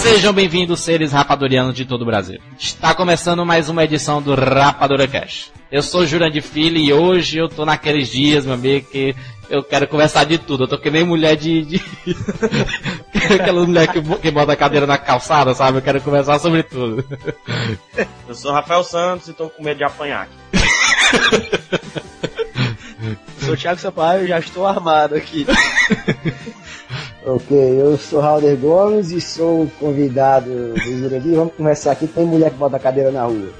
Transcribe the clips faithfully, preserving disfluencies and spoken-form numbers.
Sejam bem-vindos, seres rapadurianos de todo o Brasil. Está começando mais uma edição do Rapadura Cash. Eu sou Jurandir Filho e hoje eu tô naqueles dias, meu amigo, que eu quero conversar de tudo. Eu tô que nem mulher de... de... Aquela mulher que, que bota a cadeira na calçada, sabe? Eu quero conversar sobre tudo. Eu sou Rafael Santos e tô com medo de apanhar aqui. Eu sou o Thiago Sampaio e já estou armado aqui. Ok, eu sou Halder Gomes e sou o convidado do Jurandir. Vamos conversar aqui, tem mulher que bota a cadeira na rua.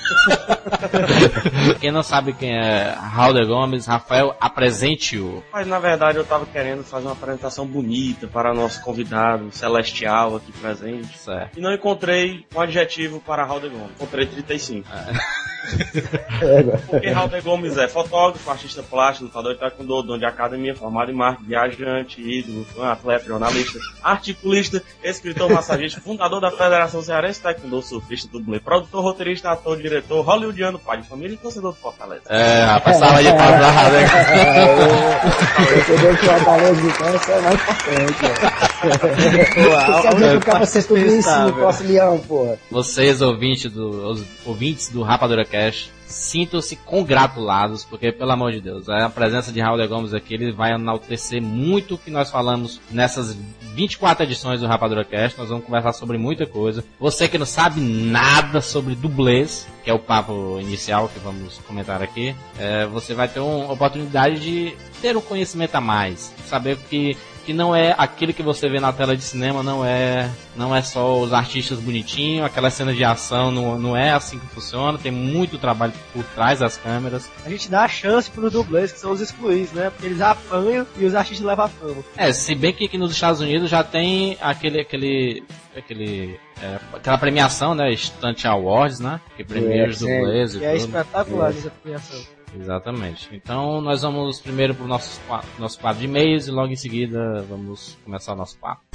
Quem não sabe quem é Halder Gomes, Rafael, apresente-o. Mas na verdade eu tava querendo fazer uma apresentação bonita para nosso convidado celestial aqui presente. Certo. E não encontrei um adjetivo para Halder Gomes. Encontrei trinta e cinco. É. Porque Halder Gomes é fotógrafo, artista plástico, lutador de taekwondo, dono de academia, formado em marketing, viajante, ídolo, fã, atleta, jornalista, articulista, escritor, massagista, fundador da Federação Cearense de Taekwondo, surfista, dublê, produtor, roteirista, ator, diretor, hollywoodiano, pai de família e torcedor do Fortaleza. É, rapaz, sala de palavra, né? Torcedor de Fortaleza, então, isso é mais importante. Quer dizer que o cara vocês tudo isso no Posse Leão, porra. Vocês, ouvintes do, os ouvintes do Rapadura Cash, sintam-se congratulados, porque, pelo amor de Deus, a presença de Halder Gomes aqui, ele vai enaltecer muito o que nós falamos nessas vinte e quatro edições do Rapadura Cast. Nós vamos conversar sobre muita coisa. Você que não sabe nada sobre dublês, que é o papo inicial que vamos comentar aqui, é, você vai ter uma oportunidade de ter um conhecimento a mais, saber que que não é aquilo que você vê na tela de cinema, não é, não é só os artistas bonitinhos, aquelas cenas de ação, não, não é assim que funciona, tem muito trabalho por trás das câmeras. A gente dá a chance pros dublês, que são os excluídos, né? Porque eles apanham e os artistas levam a fama. É, se bem que aqui nos Estados Unidos já tem aquele, aquele, aquele, é, aquela premiação, né, Stunt Awards, né, que premia os dublês e tudo. É espetacular essa premiação. Exatamente. Então nós vamos primeiro pro nosso, nosso quadro de e-mails e logo em seguida vamos começar o nosso papo.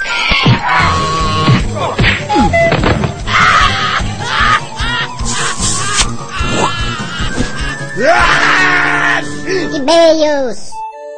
E-mails!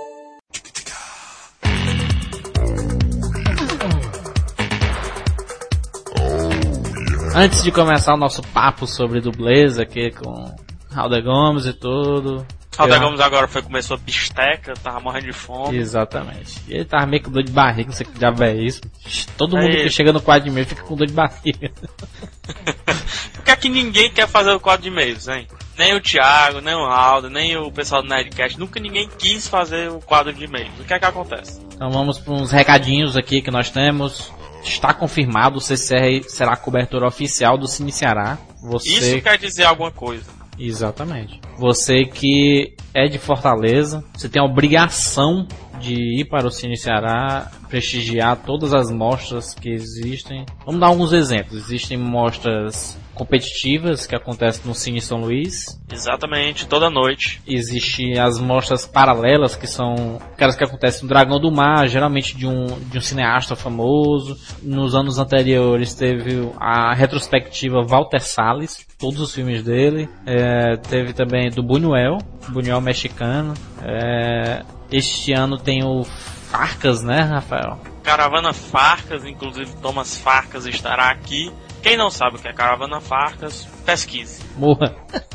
Antes de começar o nosso papo sobre dublês aqui com Halder Gomes e tudo. Halder eu... Gomes agora foi comer sua bisteca, tava morrendo de fome. Exatamente. E ele tava meio com dor de barriga, não sei que diabo é isso. Todo é mundo isso. Que chega no quadro de e-mail fica com dor de barriga. Por que é que ninguém quer fazer o quadro de e-mails, hein? Nem o Thiago, nem o Halder, nem o pessoal do Nerdcast. Nunca ninguém quis fazer o quadro de e-mails. O que é que acontece? Então vamos para uns recadinhos aqui que nós temos. Está confirmado, o C C R será a cobertura oficial do Cine Ceará. Você... Isso quer dizer alguma coisa. Exatamente. Você que é de Fortaleza, você tem a obrigação de ir para o Cine Ceará, prestigiar todas as mostras que existem. Vamos dar alguns exemplos. Existem mostras competitivas que acontecem no Cine São Luís. Exatamente, toda noite. Existem as mostras paralelas, que são aquelas que acontecem no Dragão do Mar, geralmente de um, de um cineasta famoso. Nos anos anteriores teve a retrospectiva Walter Salles, todos os filmes dele. É, teve também do Buñuel, Buñuel mexicano. É, este ano tem o Farcas, né, Rafael? Caravana Farcas, inclusive Thomas Farcas estará aqui. Quem não sabe o que é Caravana Farcas, pesquise. Morra.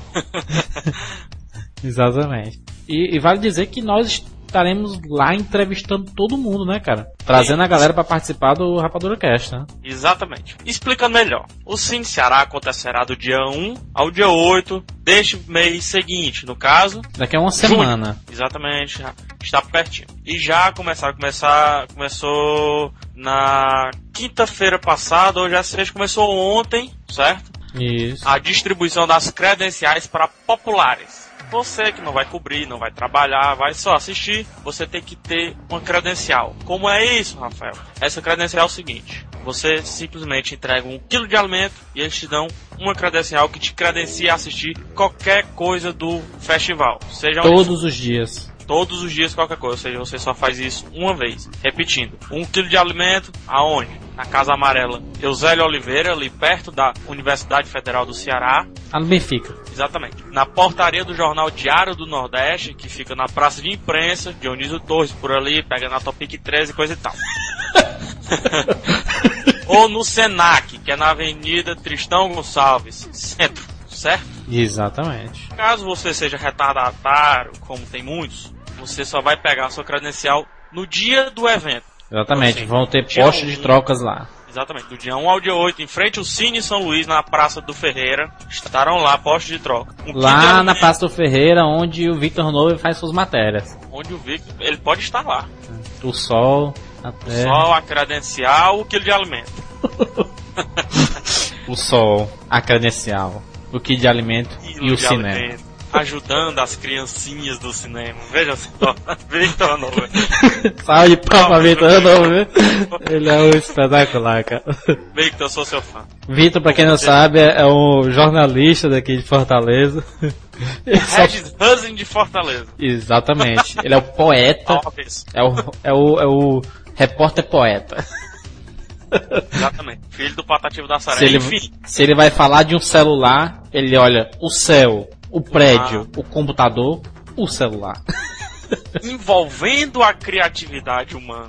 Exatamente. E, e vale dizer que nós estaremos lá entrevistando todo mundo, né, cara? Trazendo a galera para participar do Rapadura Cast, né? Exatamente. Explicando melhor. O Cine Ceará acontecerá do dia um ao dia oito deste mês seguinte, no caso... Daqui a uma semana. Junho. Exatamente. Está pertinho. E já começar, começar, começou na quinta-feira passada, ou já seja, começou ontem, certo? Isso. A distribuição das credenciais para populares. Você que não vai cobrir, não vai trabalhar, vai só assistir, você tem que ter uma credencial. Como é isso, Rafael? Essa credencial é o seguinte: você simplesmente entrega um quilo de alimento e eles te dão uma credencial que te credencia a assistir qualquer coisa do festival. Seja todos os dias. Todos os dias qualquer coisa, ou seja, você só faz isso uma vez. Repetindo, um quilo de alimento, aonde? Na Casa Amarela Eusélio Oliveira, ali perto da Universidade Federal do Ceará. Ah, no Benfica. Exatamente. Na portaria do jornal Diário do Nordeste, que fica na Praça de Imprensa, Dionísio Torres por ali, pega na Topic treze e coisa e tal. ou no Senac, que é na Avenida Tristão Gonçalves, centro, certo? Exatamente. Caso você seja retardatário, como tem muitos, você só vai pegar a sua credencial no dia do evento. Exatamente, assim, vão ter postos de trocas lá. Exatamente, do dia um ao dia oito, em frente ao Cine São Luís, na Praça do Ferreira, estarão lá postos de troca. Um lá na Praça do Ferreira, onde o Victor Novo faz suas matérias. Onde o Victor, ele pode estar lá. O sol, a o sol, a credencial, o quilo de alimento. O sol, a credencial, o quilo de alimento quilo e o de cinema. Alimento. Ajudando as criancinhas do cinema. Veja só, Victor Novo. Salve de palmas pra Victor Novo. Ele é um espetacular, cara. Victor, eu sou seu fã. Victor, pra quem não sabe, é um jornalista daqui de Fortaleza. Regis Huzin de Fortaleza. Exatamente. Ele é o poeta. É o, é o, é o repórter poeta. Exatamente. Filho do Patativo da Saré. Se ele, Enfim. se ele vai falar de um celular, ele olha o céu, o prédio, ah. o computador, o celular. Envolvendo a criatividade humana.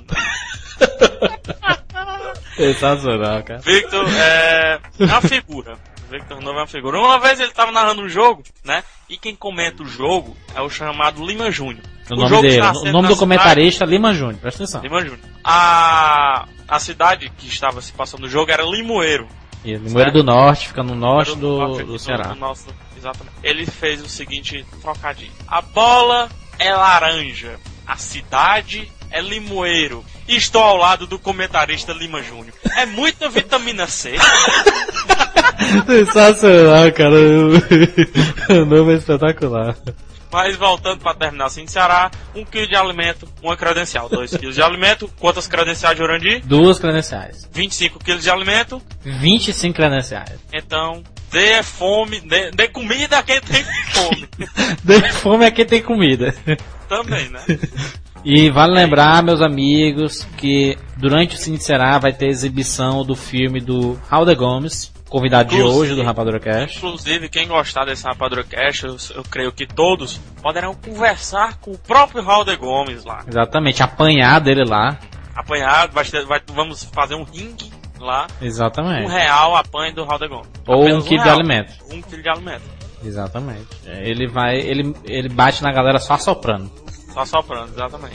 Sensacional, cara. Victor é uma figura. Victor Novo é uma figura. Uma vez ele estava narrando um jogo, né? E quem comenta o jogo é o chamado Lima Júnior. O, o nome jogo dele, o nome do comentarista é Lima Júnior, presta atenção. Lima Júnior. A, a cidade que estava se passando o jogo era Limoeiro. E Limoeiro do Norte, fica no norte do, do, do Ceará. Do nosso, exatamente. Ele fez o seguinte trocadilho. A bola é laranja, a cidade é Limoeiro. E estou ao lado do comentarista Lima Júnior. É muita vitamina C. Sensacional, cara. O nome é espetacular. Mas voltando para terminar assim, em Ceará, um quilo de alimento, uma credencial. Dois quilos de alimento, quantas credenciais, Jurandir? Duas credenciais. vinte e cinco quilos de alimento? vinte e cinco credenciais. Então, dê fome, dê, dê comida a quem tem fome. Dê fome a quem tem comida. Também, né? E vale lembrar, meus amigos, que durante o Cine Ceará vai ter exibição do filme do Raul Gomes, convidado inclusive, de hoje do Rapadura Cast. Inclusive, quem gostar desse Rapadura Cast, eu, eu creio que todos poderão conversar com o próprio Raul Gomes lá. Exatamente, apanhar dele lá. Apanhar, vai, vai, vamos fazer um ringue lá. Exatamente. Um real apanho do Raul Gomes. Ou Apenas um quilo um de alimento. Um quilo de alimento. Exatamente. Ele vai, ele, ele bate na galera só assoprando. Só soprando, exatamente.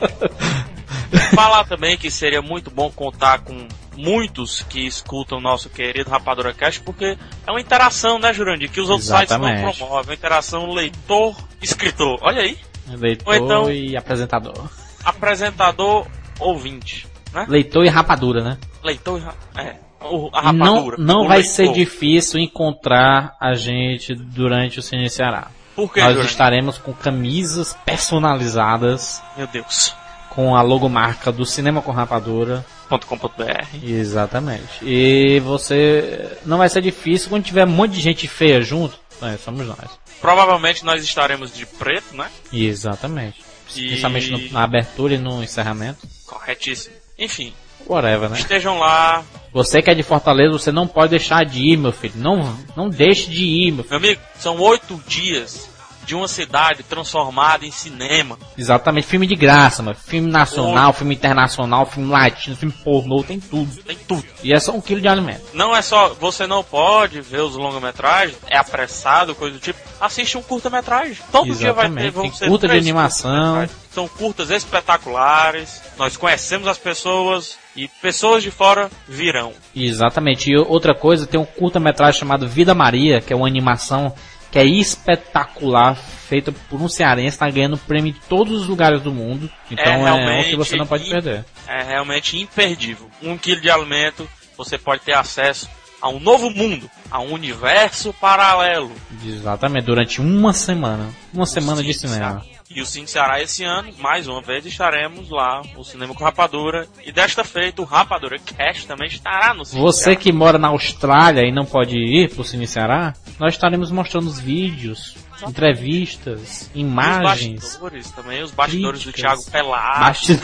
Falar também que seria muito bom contar com muitos que escutam o nosso querido Rapadura Cast, porque é uma interação, né, Jurandir? Que os outros exatamente. sites não promovem. Uma interação leitor-escritor. Olha aí. Leitor então, e apresentador. Apresentador ouvinte, né? Leitor e rapadura, né? Leitor e ra... é. O, a rapadura. Não, não o vai leitor. ser difícil encontrar a gente durante o Cine Ceará. Por que, Nós Jurandir? estaremos com camisas personalizadas. Meu Deus. Com a logomarca do Cinema com Rapadura. .com.br. Exatamente. E você... Não vai ser difícil quando tiver um monte de gente feia junto. É, somos nós. Provavelmente nós estaremos de preto, né? Exatamente. E... Principalmente no, na abertura e no encerramento. Corretíssimo. Enfim. Whatever, né? Estejam lá. Você que é de Fortaleza, você não pode deixar de ir, meu filho. Não, não deixe de ir, meu filho. Meu amigo, são oito dias de uma cidade transformada em cinema. Exatamente, filme de graça, mano. Filme nacional, Oito. filme internacional, filme latino, filme pornô, tem tudo. Tem tudo. E é só um quilo de alimento. Não é só, você não pode ver os longa-metragens, é apressado, coisa do tipo. Assiste um curta-metragem. Todo Exatamente. dia vai ter, vão tem ser curta de animação. São curtas espetaculares. Nós conhecemos as pessoas e pessoas de fora virão. Exatamente. E outra coisa, tem um curta-metragem chamado Vida Maria, que é uma animação que é espetacular, feita por um cearense, está ganhando prêmio em todos os lugares do mundo. Então é, é um que você não pode perder. É realmente imperdível. Um quilo de alimento, você pode ter acesso a um novo mundo, a um universo paralelo. Exatamente, durante uma semana. Uma semana Sim, de cinema. E o Cine Ceará esse ano, mais uma vez, estaremos lá, o Cinema com Rapadura. E desta feita, o Rapadura Cast também estará no Cine Você Ceará. que mora na Austrália e não pode ir pro Cine Ceará, nós estaremos mostrando os vídeos, Exatamente. entrevistas, imagens. Os bastidores também, os bastidores críticas, do Thiago Pelado. Bastid...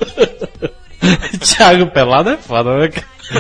Thiago Pelado é foda, né?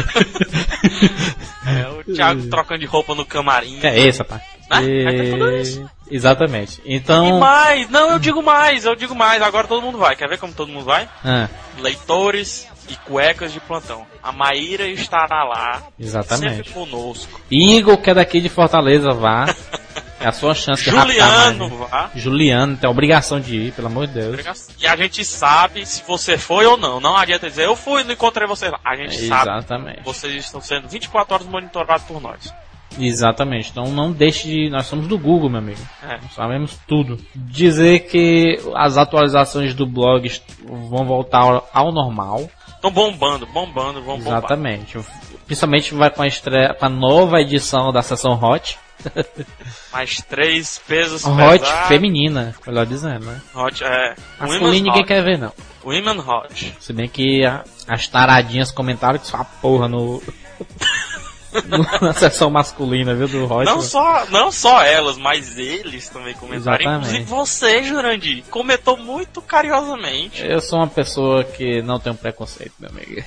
É, o Thiago trocando de roupa no camarim. É isso, rapaz. Né? E... Vai ter tudo isso. Exatamente. Então... E mais, não, eu digo mais, eu digo mais, agora todo mundo vai. Quer ver como todo mundo vai? Ah. Leitores e cuecas de plantão. A Maíra estará lá. Exatamente. Sempre conosco. Igor, que é daqui de Fortaleza, vá. É a sua chance de Juliano, raptar, vá. Juliano, tem a obrigação de ir, pelo amor de Deus. E a gente sabe se você foi ou não. Não adianta dizer, eu fui e não encontrei você lá. A gente Exatamente. sabe. Vocês estão sendo vinte e quatro horas monitorados por nós. Exatamente, então não deixe de... Nós somos do Google, meu amigo. É. Nós sabemos tudo. Dizer que as atualizações do blog vão voltar ao, ao normal. Estão bombando, bombando, vão bombar. Exatamente. Principalmente vai com a estreia, com a nova edição da seção Hot. Mais três pesos Hot pesados. feminina, melhor dizendo, né? Hot, é. Masculino ninguém quer ver, não. Women Hot. Se bem que a, as taradinhas comentaram que só a porra no... na seção masculina, viu, do Hot. Não só, não só elas, mas eles também comentaram. Exatamente. Inclusive você, Jurandir, comentou muito carinhosamente. Eu sou uma pessoa que não tem um preconceito, meu amigo.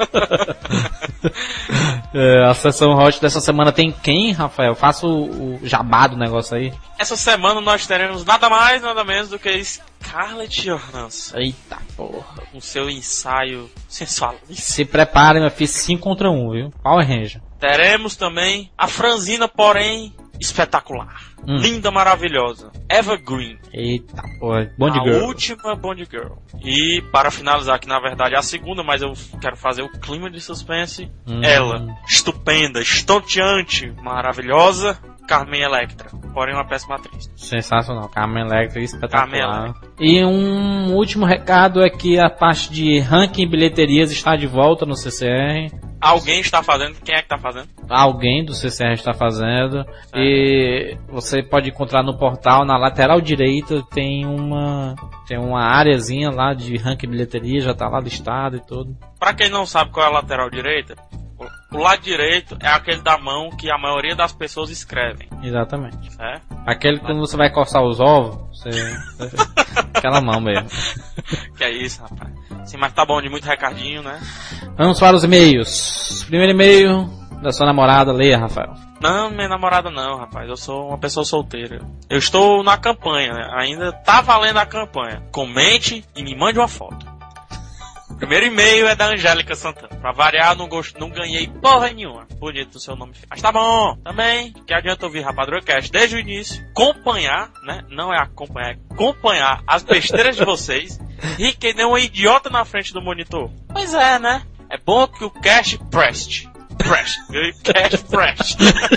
É, a sessão Hot dessa semana tem quem, Rafael? Faça o, o jabá do negócio aí. Essa semana nós teremos nada mais, nada menos do que Scarlett Johansson. Eita porra. Com seu ensaio sensual. Se preparem, meu filho, cinco contra um, viu? Power Ranger. Teremos também a franzina, porém espetacular. Hum. Linda, maravilhosa. Eva Green. Eita porra. Bond a Girl. A última Bond Girl. E para finalizar, que na verdade é a segunda, mas eu quero fazer o clima de suspense. Hum. Ela, estupenda, estonteante, maravilhosa. Carmen Electra, porém uma péssima atriz. Sensacional, Carmen Electra, espetacular. Carmen Electra. E um último recado é que a parte de ranking e bilheterias está de volta no C C R. Alguém está fazendo? Quem é que está fazendo? Alguém do C C R está fazendo. É. E você pode encontrar no portal, na lateral direita, tem uma tem uma areazinha lá de ranking e bilheteria, já está lá listado e tudo. Para quem não sabe qual é a lateral direita, o lado direito é aquele da mão que a maioria das pessoas escrevem. Exatamente. É? Aquele que quando você vai coçar os ovos, você... aquela mão mesmo. Que é isso, rapaz. Sim, mas tá bom, de muito recadinho, né? Vamos para os e-mails. Primeiro e-mail da sua namorada, leia, Rafael. Não, minha namorada não, rapaz. Eu sou uma pessoa solteira. Eu estou na campanha, né? Ainda tá valendo a campanha. Comente e me mande uma foto. O primeiro e-mail é da Angélica Santana. Pra variar, não, gost... não ganhei porra nenhuma. Bonito o seu nome. Mas tá bom. Também, que adianta ouvir Rapadura Cast desde o início. Acompanhar, né? Não é acompanhar, é acompanhar as besteiras de vocês. E que nem um idiota na frente do monitor. Pois é, né? É bom que o Cast preste. Preste. Cast preste.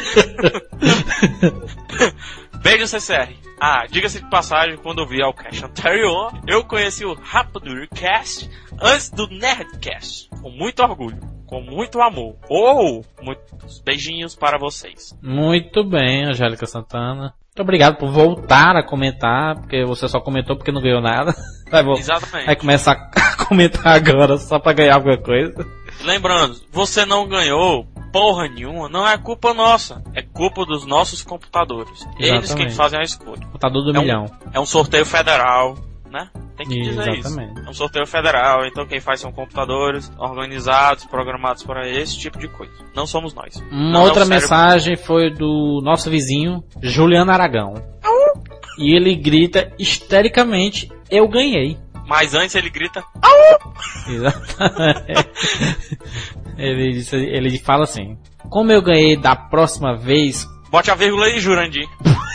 Beijo, C C R. Ah, diga-se de passagem, quando eu vi ao cast anterior, eu conheci o Rapadura Cast antes do Nerdcast. Com muito orgulho, com muito amor. Ou, oh, muitos beijinhos para vocês. Muito bem, Angélica Santana. Muito obrigado por voltar a comentar, porque você só comentou porque não ganhou nada. Vai, voltar. Exatamente. Vai começar a comentar agora só pra ganhar alguma coisa. Lembrando, você não ganhou porra nenhuma, não é culpa nossa, é culpa dos nossos computadores. Exatamente. Eles que fazem a escolha. Computador do é milhão. Um, é um sorteio federal, né? Tem que dizer Exatamente. isso. É um sorteio federal, então quem faz são computadores organizados, programados para esse tipo de coisa. Não somos nós. Uma não outra é mensagem foi do nosso vizinho, Juliano Aragão. E ele grita histericamente, eu ganhei. Mas antes ele grita, au! Exatamente. Ele, disse, ele fala assim, como eu ganhei da próxima vez... Bote a vírgula aí, Jurandir.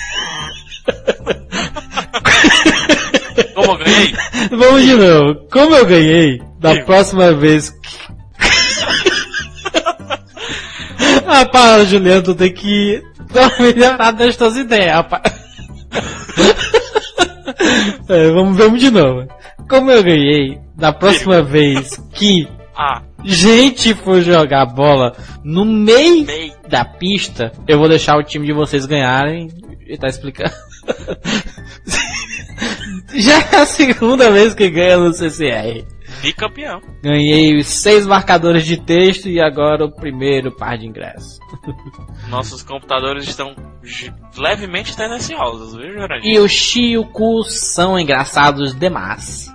Como eu ganhei? Vamos de novo. Como eu ganhei da Sim. próxima vez... Rapaz, Juliano, tu tem que dar uma melhorada nas tuas ideias, rapaz. É, vamos, vamos de novo. Como eu ganhei da próxima Sim. vez que ah. gente for jogar bola no meio, meio da pista, eu vou deixar o time de vocês ganharem. E tá explicando. Já é a segunda vez que ganha no C C R. Bicampeão. Ganhei os seis marcadores de texto e agora o primeiro par de ingressos. Nossos computadores estão levemente tendenciosos, viu, Jurandir? E o Chi e o Ku são engraçados demais.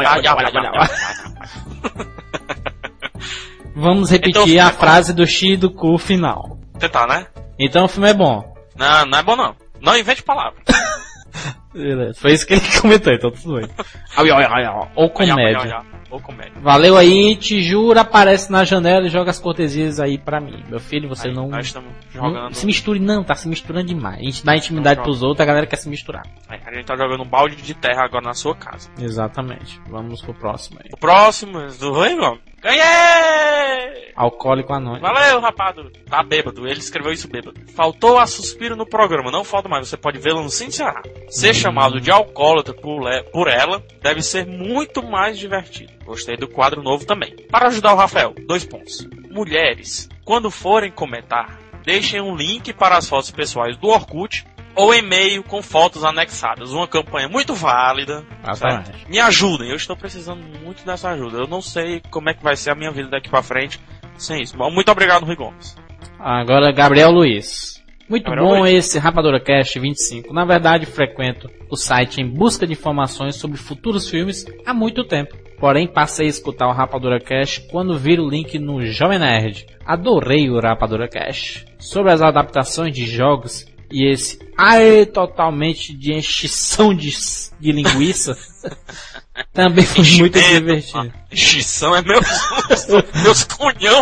Vamos repetir então, a frase do Chi e do Ku final. Você tá, né? Então o filme é bom. Não, não é bom não. Não invente palavras. Beleza. Foi isso que ele comentou, então tudo bem. Ou comédia. ou comédia. Valeu aí, Tijura aparece na janela e joga as cortesias aí pra mim. Meu filho, você aí, não... Nós estamos jogando... Não se misture não, tá se misturando demais. A gente dá intimidade pros outros, a galera quer se misturar. É, a gente tá jogando um balde de terra agora na sua casa. Exatamente. Vamos pro próximo aí. O próximo, do Rui Gomes. Ganhei! Alcoólico anônimo. Valeu, rapado. Tá bêbado. Ele escreveu isso bêbado. Faltou a suspiro no programa. Não falta mais. Você pode vê-la no Sim Ceará. Ser hum. chamado de alcoólatra por, por ela deve ser muito mais divertido. Gostei do quadro novo também. Para ajudar o Rafael, dois pontos. Mulheres, quando forem comentar, deixem um link para as fotos pessoais do Orkut ou e-mail com fotos anexadas. Uma campanha muito válida. Ah, Me ajudem, eu estou precisando muito dessa ajuda. Eu não sei como é que vai ser a minha vida daqui pra frente sem isso. Muito obrigado, Rui Gomes. Agora, Gabriel Luiz. Muito Gabriel bom Luiz. Esse Rapadura Cast vinte e cinco. Na verdade, frequento o site em busca de informações sobre futuros filmes há muito tempo. Porém, passei a escutar o Rapadura Cast quando vi o link no Jovem Nerd. Adorei o Rapadura Cast. Sobre as adaptações de jogos e esse aê totalmente de enchição de, de linguiça também foi muito divertido. Enchição é meus, meus cunhão.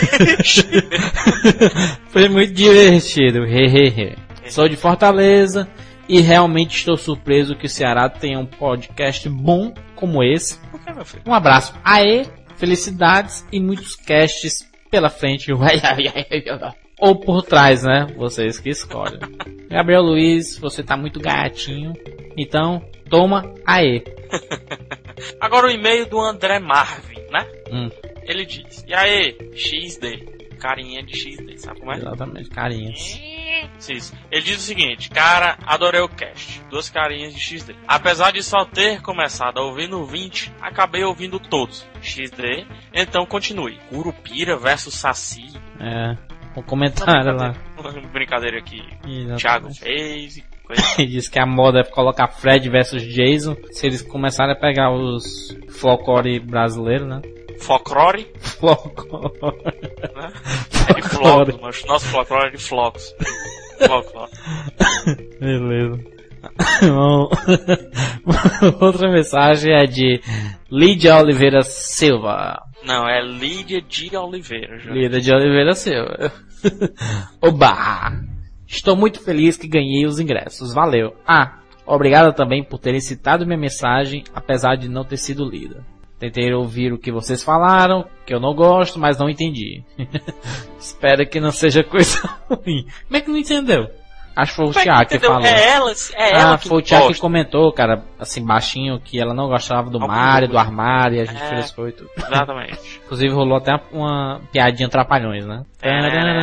Foi muito divertido. He, he, he. Sou de Fortaleza e realmente estou surpreso que o Ceará tenha um podcast bom como esse. Um abraço. Aê, felicidades e muitos casts pela frente. Ou por trás, né? Vocês que escolhem. Gabriel Luiz, você tá muito gatinho. Então, toma aê. Agora o e-mail do André Marvin, né? Hum. Ele diz: e aí, X D. Carinha de X D, sabe como é? Exatamente, carinhas. Isso. Ele diz o seguinte: cara, adorei o cast. Duas carinhas de X D. Apesar de só ter começado a ouvir no vinte, acabei ouvindo todos. X D, então continue. Curupira versus Saci. É. Um comentário lá. Brincadeira aqui. Exatamente. Thiago fez. Ele diz que a moda é colocar Fred versus Jason. Se eles começarem a pegar os folclore brasileiros, né? Folclore? Folclore. Né? É de flocos, mas nosso folclore é de flocos. Folclore. Beleza. Bom, outra mensagem é de Lídia Oliveira Silva. Não, é Lídia de Oliveira. Já. Lídia de Oliveira Silva. Oba! Estou muito feliz que ganhei os ingressos. Valeu. Ah, obrigado também por terem citado minha mensagem, apesar de não ter sido lida. Tentei ouvir o que vocês falaram, que eu não gosto, mas não entendi. Espero que não seja coisa ruim. Como é que não entendeu? Acho que foi o Thiago que falou. É ela, é ah, ela que foi o Thiago gosta. que comentou, cara, assim, baixinho, que ela não gostava do Algum Mario, jogo. do armário, e a gente É. fez foi tudo. Exatamente. Inclusive rolou até uma piadinha trapalhões, né? É.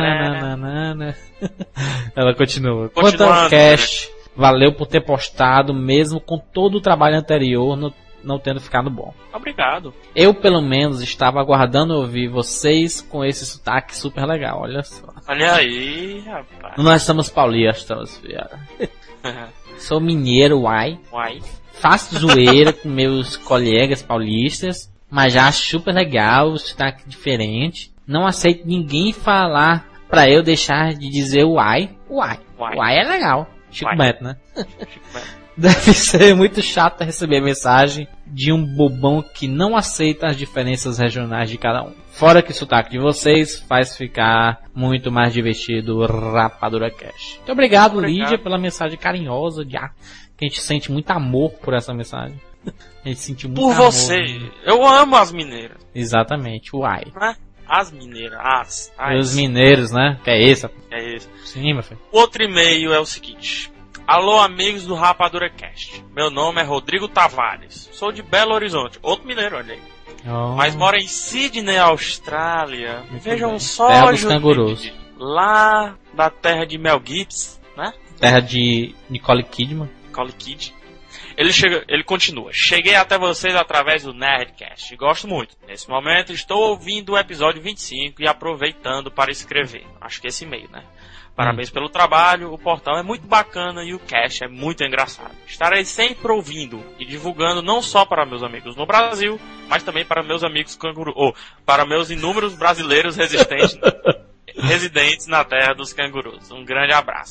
Ela continua. Quanto Continuando, ao cast, valeu por ter postado, mesmo com todo o trabalho anterior no, não tendo ficado bom. Obrigado. Eu, pelo menos, estava aguardando ouvir vocês com esse sotaque super legal, olha só. Olha aí, rapaz. Nós somos paulistas, viado. Sou mineiro, uai. Uai. Faço zoeira com meus colegas paulistas, mas já acho super legal o sotaque diferente. Não aceito ninguém falar pra eu deixar de dizer uai. Uai. Uai. Uai é legal. Chico Uai. Beto, né? Chico Beto. Deve ser muito chato receber mensagem de um bobão que não aceita as diferenças regionais de cada um. Fora que o sotaque de vocês faz ficar muito mais divertido o Rapadura Cash. Muito obrigado, Obrigado. Lídia, pela mensagem carinhosa, de, ah, que a gente sente muito amor por essa mensagem. A gente sentiu muito Por amor. você. Né? Eu amo as mineiras. Exatamente, uai. Né? As mineiras. As. E as. os mineiros, né? Que é isso? É isso. Sim, meu filho. Outro e-mail é o seguinte. Alô, amigos do Rapadura Cast. Meu nome é Rodrigo Tavares. Sou de Belo Horizonte. Outro mineiro, olha aí. Oh. Mas moro em Sydney, Austrália. Muito Vejam bem. só, Terra dos Judite, cangurus. lá da terra de Mel Gibson, né? Terra de Nicole Kidman. Cole Kid. Ele, chega, ele continua. Cheguei até vocês através do Nerdcast. Gosto muito. Nesse momento estou ouvindo o episódio vinte e cinco e aproveitando para escrever. Acho que esse e-mail, né? Parabéns hum. pelo trabalho, o portal é muito bacana e o cast é muito engraçado. Estarei sempre ouvindo e divulgando não só para meus amigos no Brasil, mas também para meus amigos canguru, ou para meus inúmeros brasileiros resistentes, residentes na terra dos cangurus. Um grande abraço.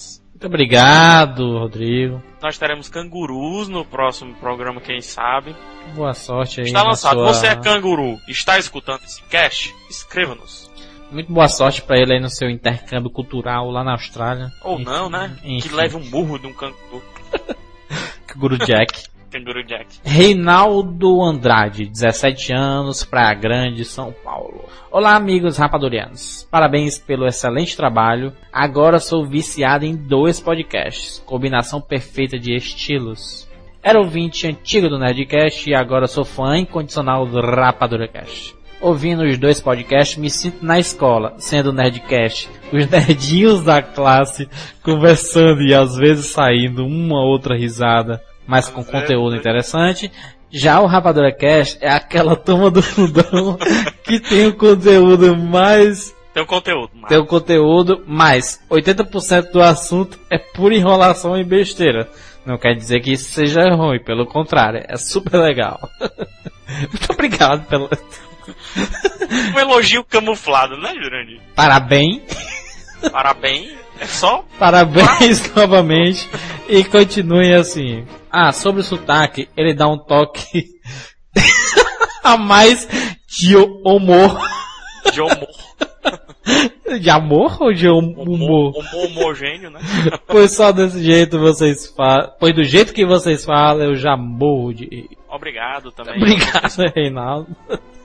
Muito obrigado, Rodrigo. Nós teremos cangurus no próximo programa, quem sabe. Boa sorte aí. Está lançado. Sua... Você é canguru, está escutando esse cast? Escreva-nos. Muito boa sorte pra ele aí no seu intercâmbio cultural lá na Austrália. Ou enfim, não, né? Enfim. Que leve um burro de um canguru. Canguru Jack. Canguru Jack. Reinaldo Andrade, dezessete anos, Praia Grande, São Paulo. Olá, amigos rapadorianos. Parabéns pelo excelente trabalho. Agora sou viciado em dois podcasts. Combinação perfeita de estilos. Era ouvinte antigo do Nerdcast e agora sou fã incondicional do RapaduraCast. Ouvindo os dois podcasts, me sinto na escola, sendo o Nerdcast, os nerdinhos da classe, conversando e às vezes saindo uma outra risada, mas com conteúdo interessante. Já o RapaduraCast é aquela turma do fundão que tem o conteúdo mais... Tem o conteúdo, mas... Tem o conteúdo, mas oitenta por cento do assunto é pura enrolação e besteira. Não quer dizer que isso seja ruim, pelo contrário, é super legal. Muito obrigado pelo... Um elogio camuflado, né, Jurandir? Parabéns. Parabéns. É só... Parabéns novamente. E continue assim. Ah, sobre o sotaque, ele dá um toque a mais de humor. De humor. De amor ou de hum humor? Humor homogêneo, né? Pois só desse jeito vocês falam. Pois do jeito que vocês falam, eu já morro de... Obrigado também. Obrigado, Reinaldo.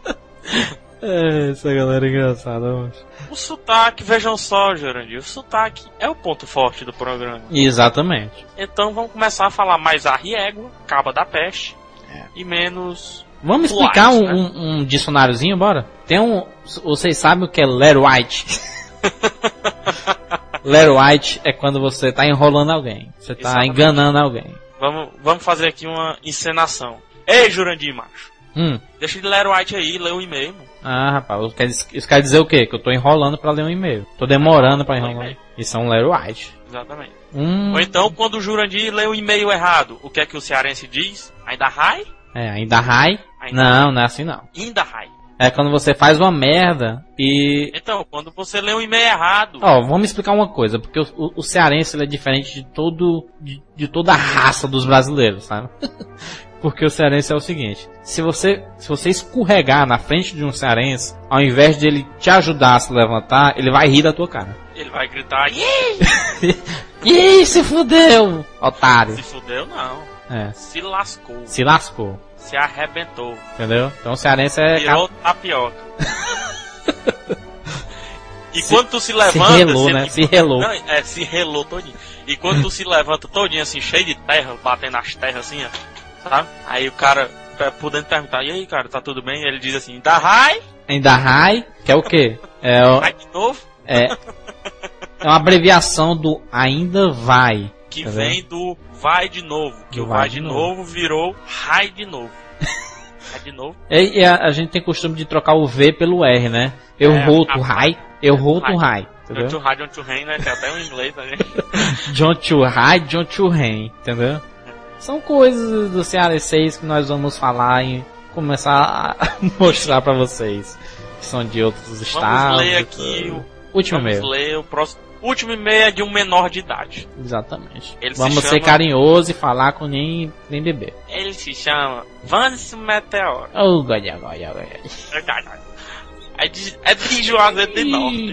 É, essa galera é engraçada, mano. O sotaque, vejam só, Jurandir, o sotaque é o ponto forte do programa. Exatamente. Então vamos começar a falar mais a riégua, caba da peste, é. e menos... Vamos explicar light, um, né? um, um dicionáriozinho, bora? Tem um... Vocês sabem o que é Letter White? Letter White é quando você tá enrolando alguém. Você tá Exatamente. enganando alguém. Vamos, vamos fazer aqui uma encenação. Ei, Jurandir, macho. Hum. Deixa de ler o White aí, lê o e-mail. Mano. Ah, rapaz, isso quer dizer o quê? Que eu tô enrolando pra ler um e-mail. Tô demorando pra enrolar. Isso é um letter White. Exatamente. Hum. Ou então, quando o Jurandir lê o e-mail errado, o que é que o cearense diz? Ainda high? É, ainda high? Ainda não, high. Não é assim não. Ainda high. É quando você faz uma merda e... Então, quando você lê um e-mail errado... Ó, oh, vamos explicar uma coisa, porque o, o, o cearense ele é diferente de todo... De, de toda a raça dos brasileiros, sabe? Porque o cearense é o seguinte, se você, se você escorregar na frente de um cearense, ao invés de ele te ajudar a se levantar, ele vai rir da tua cara. Ele vai gritar, ih, se fudeu, otário. Se fudeu não, é. Se lascou. Se lascou. Se arrebentou. Entendeu? Então o cearense é... Virou tapioca. E se, quando tu se levanta... Se relou, né? Se relou. Não, é, se relou todinho. E quando tu se levanta todinho assim, cheio de terra, batendo nas terras assim, ó. Sabe? Aí o cara, por dentro, perguntar, e aí, cara, tá tudo bem? Ele diz assim, ainda high? Ainda high? Que é o quê? É o... High de novo? É. É uma abreviação do ainda vai. Que tá vem vendo? do vai de novo. Que do o vai, vai de novo. novo virou high de novo. High de novo. E, e a, a gente tem costume de trocar o V pelo R, né? Eu é, roto high, eu roto high. John to high, John to rain, né? Tem até um inglês, né? John to high, John to rain, entendeu? São coisas do cearense que nós vamos falar e começar a mostrar pra vocês. Que são de outros estados. Vamos ler aqui o último vamos e-mail. ler o próximo. O último e-mail é de um menor de idade. Exatamente. Ele vamos se ser chama... carinhosos e falar com nem, nem bebê. Ele se chama Vance Meteoro. Oh, goia, goia, goia. É de, é de Juazeiro de Norte.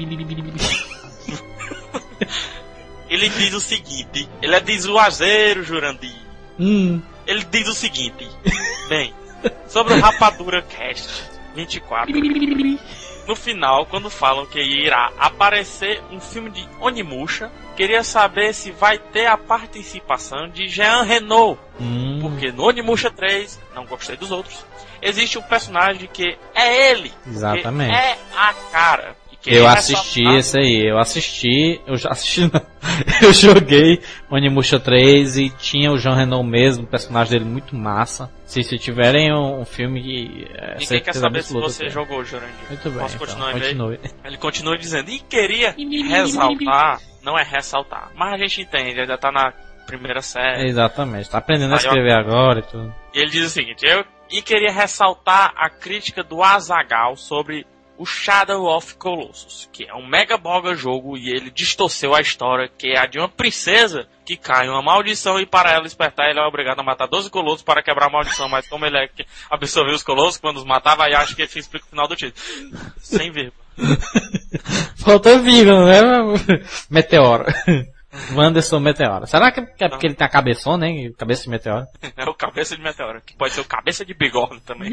Ele diz o seguinte, ele é de Juazeiro, Jurandir. Hum. Ele diz o seguinte, bem, sobre o Rapadura Cast vinte e quatro, no final, quando falam que irá aparecer um filme de Onimusha, queria saber se vai ter a participação de Jean Reno, hum. porque no Onimusha três, não gostei dos outros, existe um personagem que é ele, exatamente, que é a cara. Eu assisti ressaltar... esse aí, eu assisti, eu já assisti, não. Eu joguei Onimusha três e tinha o Jean Reno mesmo, o personagem dele muito massa. Se, se tiverem um, um filme que... É, Ninguém quer saber se você jogou, Jurandir. Muito bem, Posso então, continuar continue. Ele continua dizendo, e queria ressaltar, não é ressaltar, mas a gente entende, ainda tá na primeira série. Exatamente, tá aprendendo a escrever agora e tudo. E ele diz o seguinte, eu e queria ressaltar a crítica do Azaghal sobre o Shadow of Colossus, que é um mega boga jogo e ele distorceu a história, que é a de uma princesa que cai uma maldição e para ela despertar ele é obrigado a matar doze colossos para quebrar a maldição, mas como ele é que absorveu os colossos, quando os matava, aí acho que ele explica o final do título. Sem vírgula. Faltou vírgula, né? Meteoro. Wanderson Meteoro. Será que é porque ele tem a cabeçona, hein? Cabeça de meteoro? É o cabeça de meteoro, que pode ser o cabeça de bigorna também.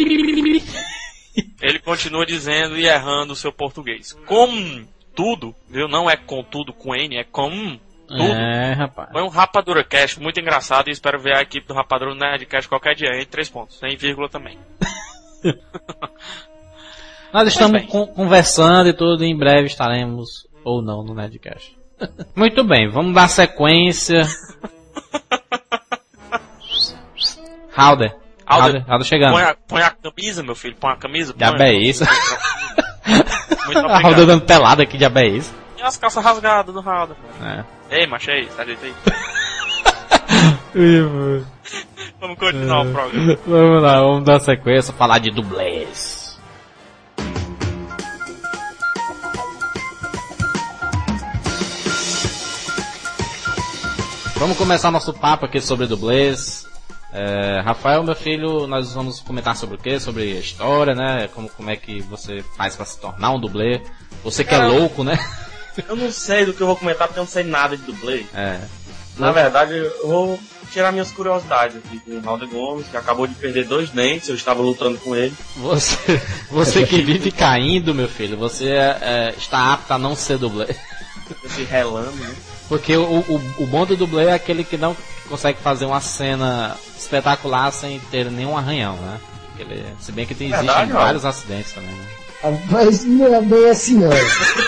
Ele continua dizendo e errando o seu português. Com tudo, viu? Não é com tudo com N, é com tudo. É, rapaz. Foi um Rapadura Cast muito engraçado e espero ver a equipe do Rapadura no Nerdcast qualquer dia, em três pontos, sem vírgula também. Nós estamos con- conversando e tudo, em breve estaremos, ou não, no Nerdcast. Muito bem, vamos dar sequência. Halder. Halder, Halder chegando. Põe a, põe a camisa, meu filho, põe a camisa. Já põe, é isso. Muito A Halder dando pelada aqui, já é isso. E as calças rasgadas do Halder. É. Ei, macho, aí, tá jeito aí. Vamos continuar o programa. Vamos lá, vamos dar sequência, falar de dublês. Vamos começar nosso papo aqui sobre dublês. É, Rafael, meu filho, nós vamos comentar sobre o quê? Sobre a história, né? Como, como é que você faz pra se tornar um dublê? Você que é louco, né? Eu não sei do que eu vou comentar porque eu não sei nada de dublê. É. Na verdade, eu vou tirar minhas curiosidades aqui com o Halder Gomes, que acabou de perder dois dentes, eu estava lutando com ele. Você, você que vive caindo, meu filho, você é, está apto a não ser dublê. Esse relando, né? Porque o, o, o bom do dublê é aquele que não consegue fazer uma cena espetacular sem ter nenhum arranhão, né? Ele, se bem que tem, existem Verdade, vários acidentes também, né? Mas não é bem assim, não.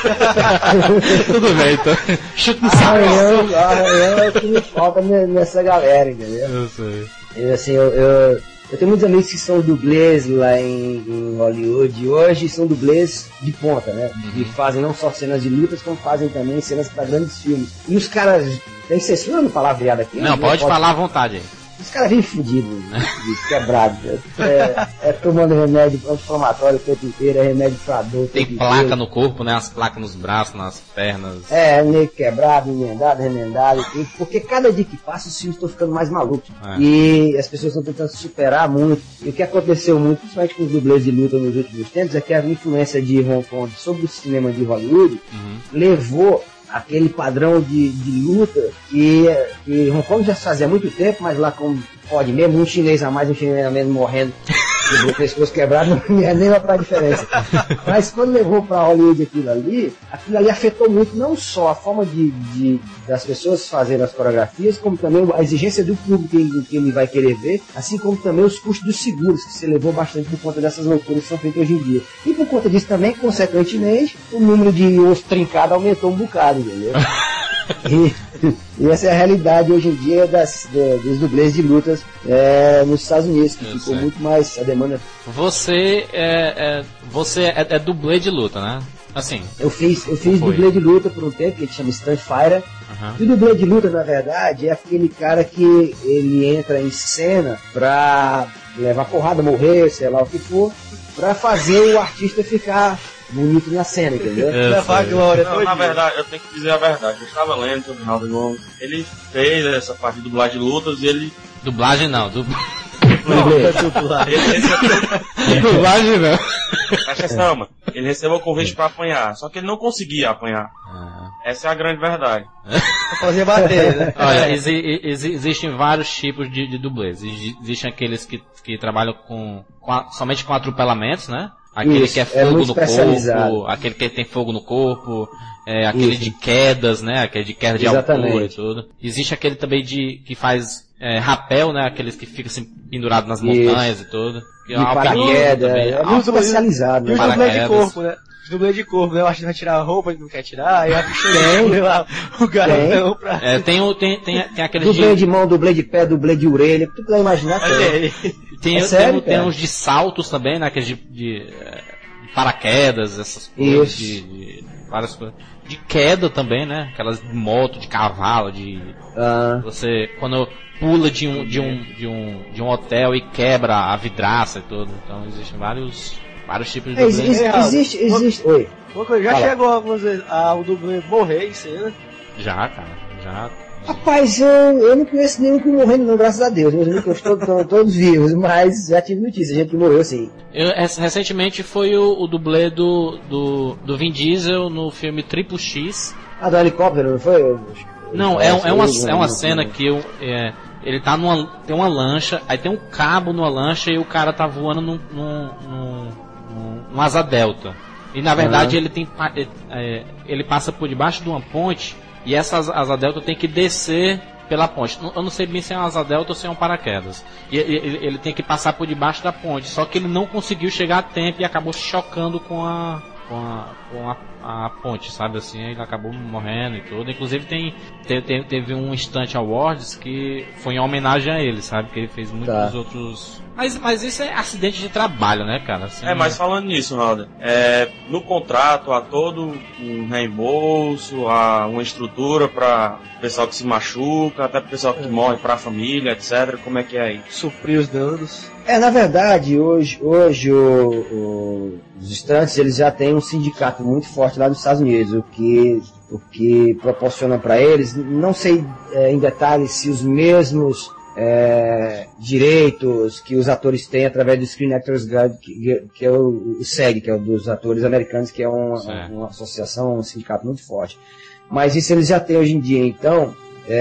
Tudo bem, então. Chuta no Arranhão, arranhão é o que me falta nessa galera, entendeu? Eu sei. Eu, assim, eu, eu, eu tenho muitos amigos que são dublês lá em, em Hollywood e hoje são dublês de ponta, né? Uhum. Que fazem não só cenas de lutas, como fazem também cenas para grandes filmes. E os caras, tem censura no palavreado aqui? Não, pode, pode falar à vontade aí. Os caras vêm fudidos, quebrados. É, é tomando remédio anti-inflamatório o tempo inteiro, é remédio pra dor. Tem placa no corpo, né? As placas nos braços, nas pernas. É, meio quebrado, emendado, remendado. E, porque cada dia que passa os filmes estão ficando mais malucos. É. E as pessoas estão tentando se superar muito. E o que aconteceu muito, principalmente com os dublês de luta nos últimos tempos, é que a influência de Hong Kong sobre o cinema de Hollywood uhum. levou aquele padrão de, de luta que, que Hong Kong já se fazia há muito tempo, mas lá como pode mesmo, um chinês a mais, um chinês a menos morrendo, o pescoço quebrado, não é nem pra diferença. Mas quando levou pra Hollywood aquilo ali, aquilo ali afetou muito não só a forma de, de das pessoas fazerem as coreografias, como também a exigência do público que, que ele vai querer ver, assim como também os custos dos seguros, que se elevou bastante por conta dessas loucuras que são feitas hoje em dia. E por conta disso também, consequentemente, o número de osso trincado aumentou um bocado, entendeu? E, e essa é a realidade hoje em dia das, de, dos dublês de lutas é, nos Estados Unidos, que Eu ficou sei. muito mais a demanda. Você é, é, você é, é dublê de luta, né? Assim. Eu fiz, eu fiz dublê de luta por um tempo, que ele chama Stunt Fighter. Uhum. E o dublê de luta, na verdade, é aquele cara que ele entra em cena pra levar porrada, morrer, sei lá o que for, pra fazer o artista ficar bonito na cena, entendeu? Levar glória. Não, na verdade, eu tenho que dizer a verdade. Eu estava lendo sobre o Halder Gomes. Ele fez essa parte de dublagem de lutas e ele... Dublagem não, du... não, dublagem. Ele recebeu... dublagem não. Presta atenção, mano. Ele recebeu o convite pra apanhar, só que ele não conseguia apanhar. Ah. Essa é a grande verdade. Fazer bater, né? Olha, exi- exi- existem vários tipos de, de dublês. Existem aqueles que, que trabalham com, com a, somente com atropelamentos, né? Aquele Isso, que é fogo é no corpo, aquele que tem fogo no corpo, é, aquele Isso. de quedas, né? Aquele de queda de Exatamente. altura e tudo. Existe aquele também de que faz é, rapel, né? Aqueles que ficam assim, pendurados nas montanhas Isso. e tudo. E paraquedas, é, é muito especializado. E os dublês de corpo, né? Os dublês de corpo, né? Eu acho que vai tirar a roupa, ele não quer tirar, aí a bicha lá, o garotão pra... É, tem, o, tem, tem, tem aquele dublê de... de mão, dublê de pé, dublê de orelha, tu vai imaginar tem. Tem, é sério, tem, tem uns de saltos também, né? Aqueles de, de, de paraquedas, essas coisas, de, de várias coisas. De queda também, né? Aquelas de moto, de cavalo, de... Ah. Você, quando pula de um, de, um, de, um, de um hotel e quebra a vidraça e tudo. Então existem vários... Vários tipos de É, dublê. existe, existe, existe. Oi. Uma coisa, já Fala. chegou algumas vezes ao dublê morrer em cena? Já, cara, já. Rapaz, eu, eu não conheço nenhum que morrendo não, graças a Deus. Meus amigos estão todos, todos vivos, mas já tive notícia, gente que morreu sim. Eu, recentemente foi o, o dublê do, do, do Vin Diesel no filme Triple X. Ah, do helicóptero, não foi? Não, é, é, uma, é uma cena que eu, é, ele tá numa. Tem uma lancha, aí tem um cabo numa lancha e o cara tá voando num, num, num, num, num asa delta. E na verdade uhum. ele tem. É, ele passa por debaixo de uma ponte e essa asa delta tem que descer pela ponte. Eu não sei bem se é uma asa delta ou se é um paraquedas. E ele, ele tem que passar por debaixo da ponte. Só que ele não conseguiu chegar a tempo e acabou chocando com a. com a. com a, a ponte, sabe assim? Ele acabou morrendo e tudo. Inclusive tem, teve, teve um Stunt Awards que foi em homenagem a ele, sabe? Que ele fez muitos tá. outros. Mas, mas isso é acidente de trabalho, né, cara? Assim, é, mas falando nisso, Raul, é, no contrato há todo um reembolso, há uma estrutura para o pessoal que se machuca, até para o pessoal que é. morre, para a família, etcétera. Como é que é aí? Suprir os danos. É, na verdade, hoje, hoje o, o, os estudantes eles já têm um sindicato muito forte lá nos Estados Unidos, o que, o que proporciona para eles, não sei é, em detalhes se os mesmos É, direitos que os atores têm através do Screen Actors Guild, que, que é o, o S E G, que é o dos atores americanos, que é uma, uma associação, um sindicato muito forte. Mas isso eles já têm hoje em dia, então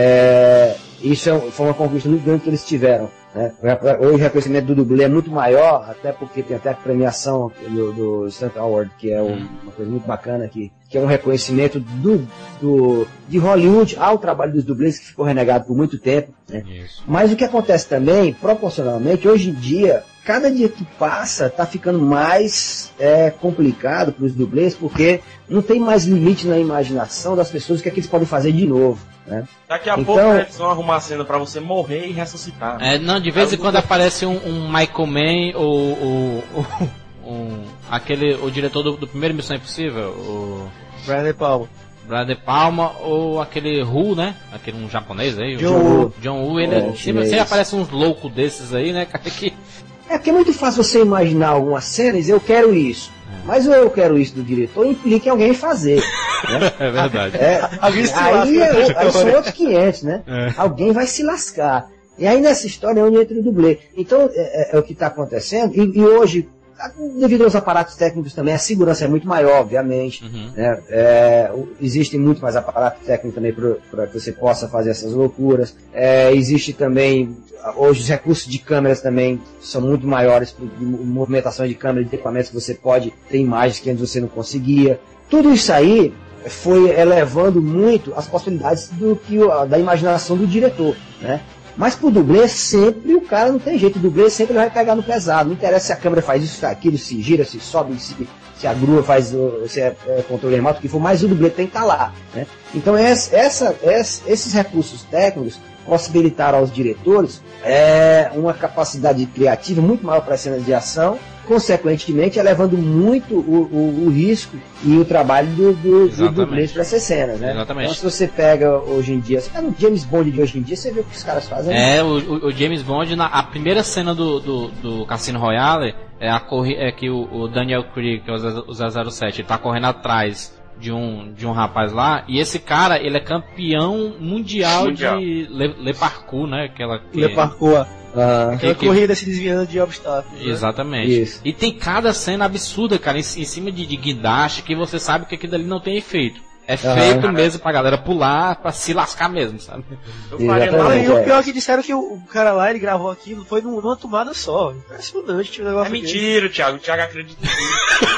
é, isso é, foi uma conquista muito grande que eles tiveram. Né? Hoje o reconhecimento do dublê é muito maior, até porque tem até a premiação do, do Stunt Award, que é um, uma coisa muito bacana, que, que é um reconhecimento do, do, de Hollywood ao trabalho dos dublês, que ficou renegado por muito tempo. Né? Mas o que acontece também, proporcionalmente, hoje em dia, cada dia que passa está ficando mais é, complicado para os dublês, porque não tem mais limite na imaginação das pessoas, o que é que eles podem fazer de novo. Né? Daqui a então, pouco eles vão arrumar a cena pra você morrer e ressuscitar. É, não, de vez em quando aparece um, um Michael Mann ou, ou, ou um, aquele, o diretor do, do primeiro Missão Impossível, o Bradley Palma. Bradley Palma ou aquele Hu, né? Aquele um japonês aí, John o Woo. John Woo, ele é, sempre, sempre aparece uns loucos desses aí, né, cara, que... É porque é muito fácil você imaginar algumas cenas e dizer, eu quero isso. É. Mas o eu quero isso do diretor implica em alguém fazer. Né? É verdade. É, aí, é, aí são outros quinhentos, né? É. Alguém vai se lascar. E aí nessa história é onde entra o dublê. Então é, é, é o que está acontecendo. E, e hoje, devido aos aparatos técnicos também, a segurança é muito maior, obviamente. Uhum. Né? É, existe muito mais aparato técnico também para que você possa fazer essas loucuras. É, existe também, hoje os recursos de câmeras também são muito maiores, movimentação de câmera, de equipamentos que você pode ter imagens que antes você não conseguia. Tudo isso aí foi elevando muito as possibilidades do que, da imaginação do diretor, né? Mas pro dublê sempre o cara não tem jeito, o dublê sempre vai pegar no pesado, não interessa se a câmera faz isso, aquilo, se gira, se sobe, se, se a grua faz, se é, é controle remoto, o que for, mas o dublê tem que estar lá, né? Então essa, essa, esses recursos técnicos possibilitaram aos diretores é, uma capacidade criativa muito maior para as cenas de ação, consequentemente elevando muito o, o, o risco e o trabalho do, do, do dublês para essas cenas, né? Exatamente. Então se você pega hoje em dia, você pega o James Bond de hoje em dia, você vê o que os caras fazem. É, o, o James Bond, na a primeira cena do, do, do Cassino Royale, é, a corri é que o, o Daniel Craig, que é o zero zero sete, ele tá correndo atrás de um, de um rapaz lá, e esse cara, ele é campeão mundial, mundial. de le, le parkour, né? Aquela que... Le parkour. Ah, Aquela que, corrida se desviando de obstáculos. Exatamente. Né? Isso. E tem cada cena absurda, cara, em, em cima de, de guindaste, que você sabe que aquilo ali não tem efeito. É feito ah, mesmo pra galera pular, pra se lascar mesmo, sabe? Eu faria lá, e o pior é que disseram que o, o cara lá, ele gravou aquilo, foi numa tomada só. Impressionante o negócio. É mentira, o Thiago. O Thiago acredita nisso.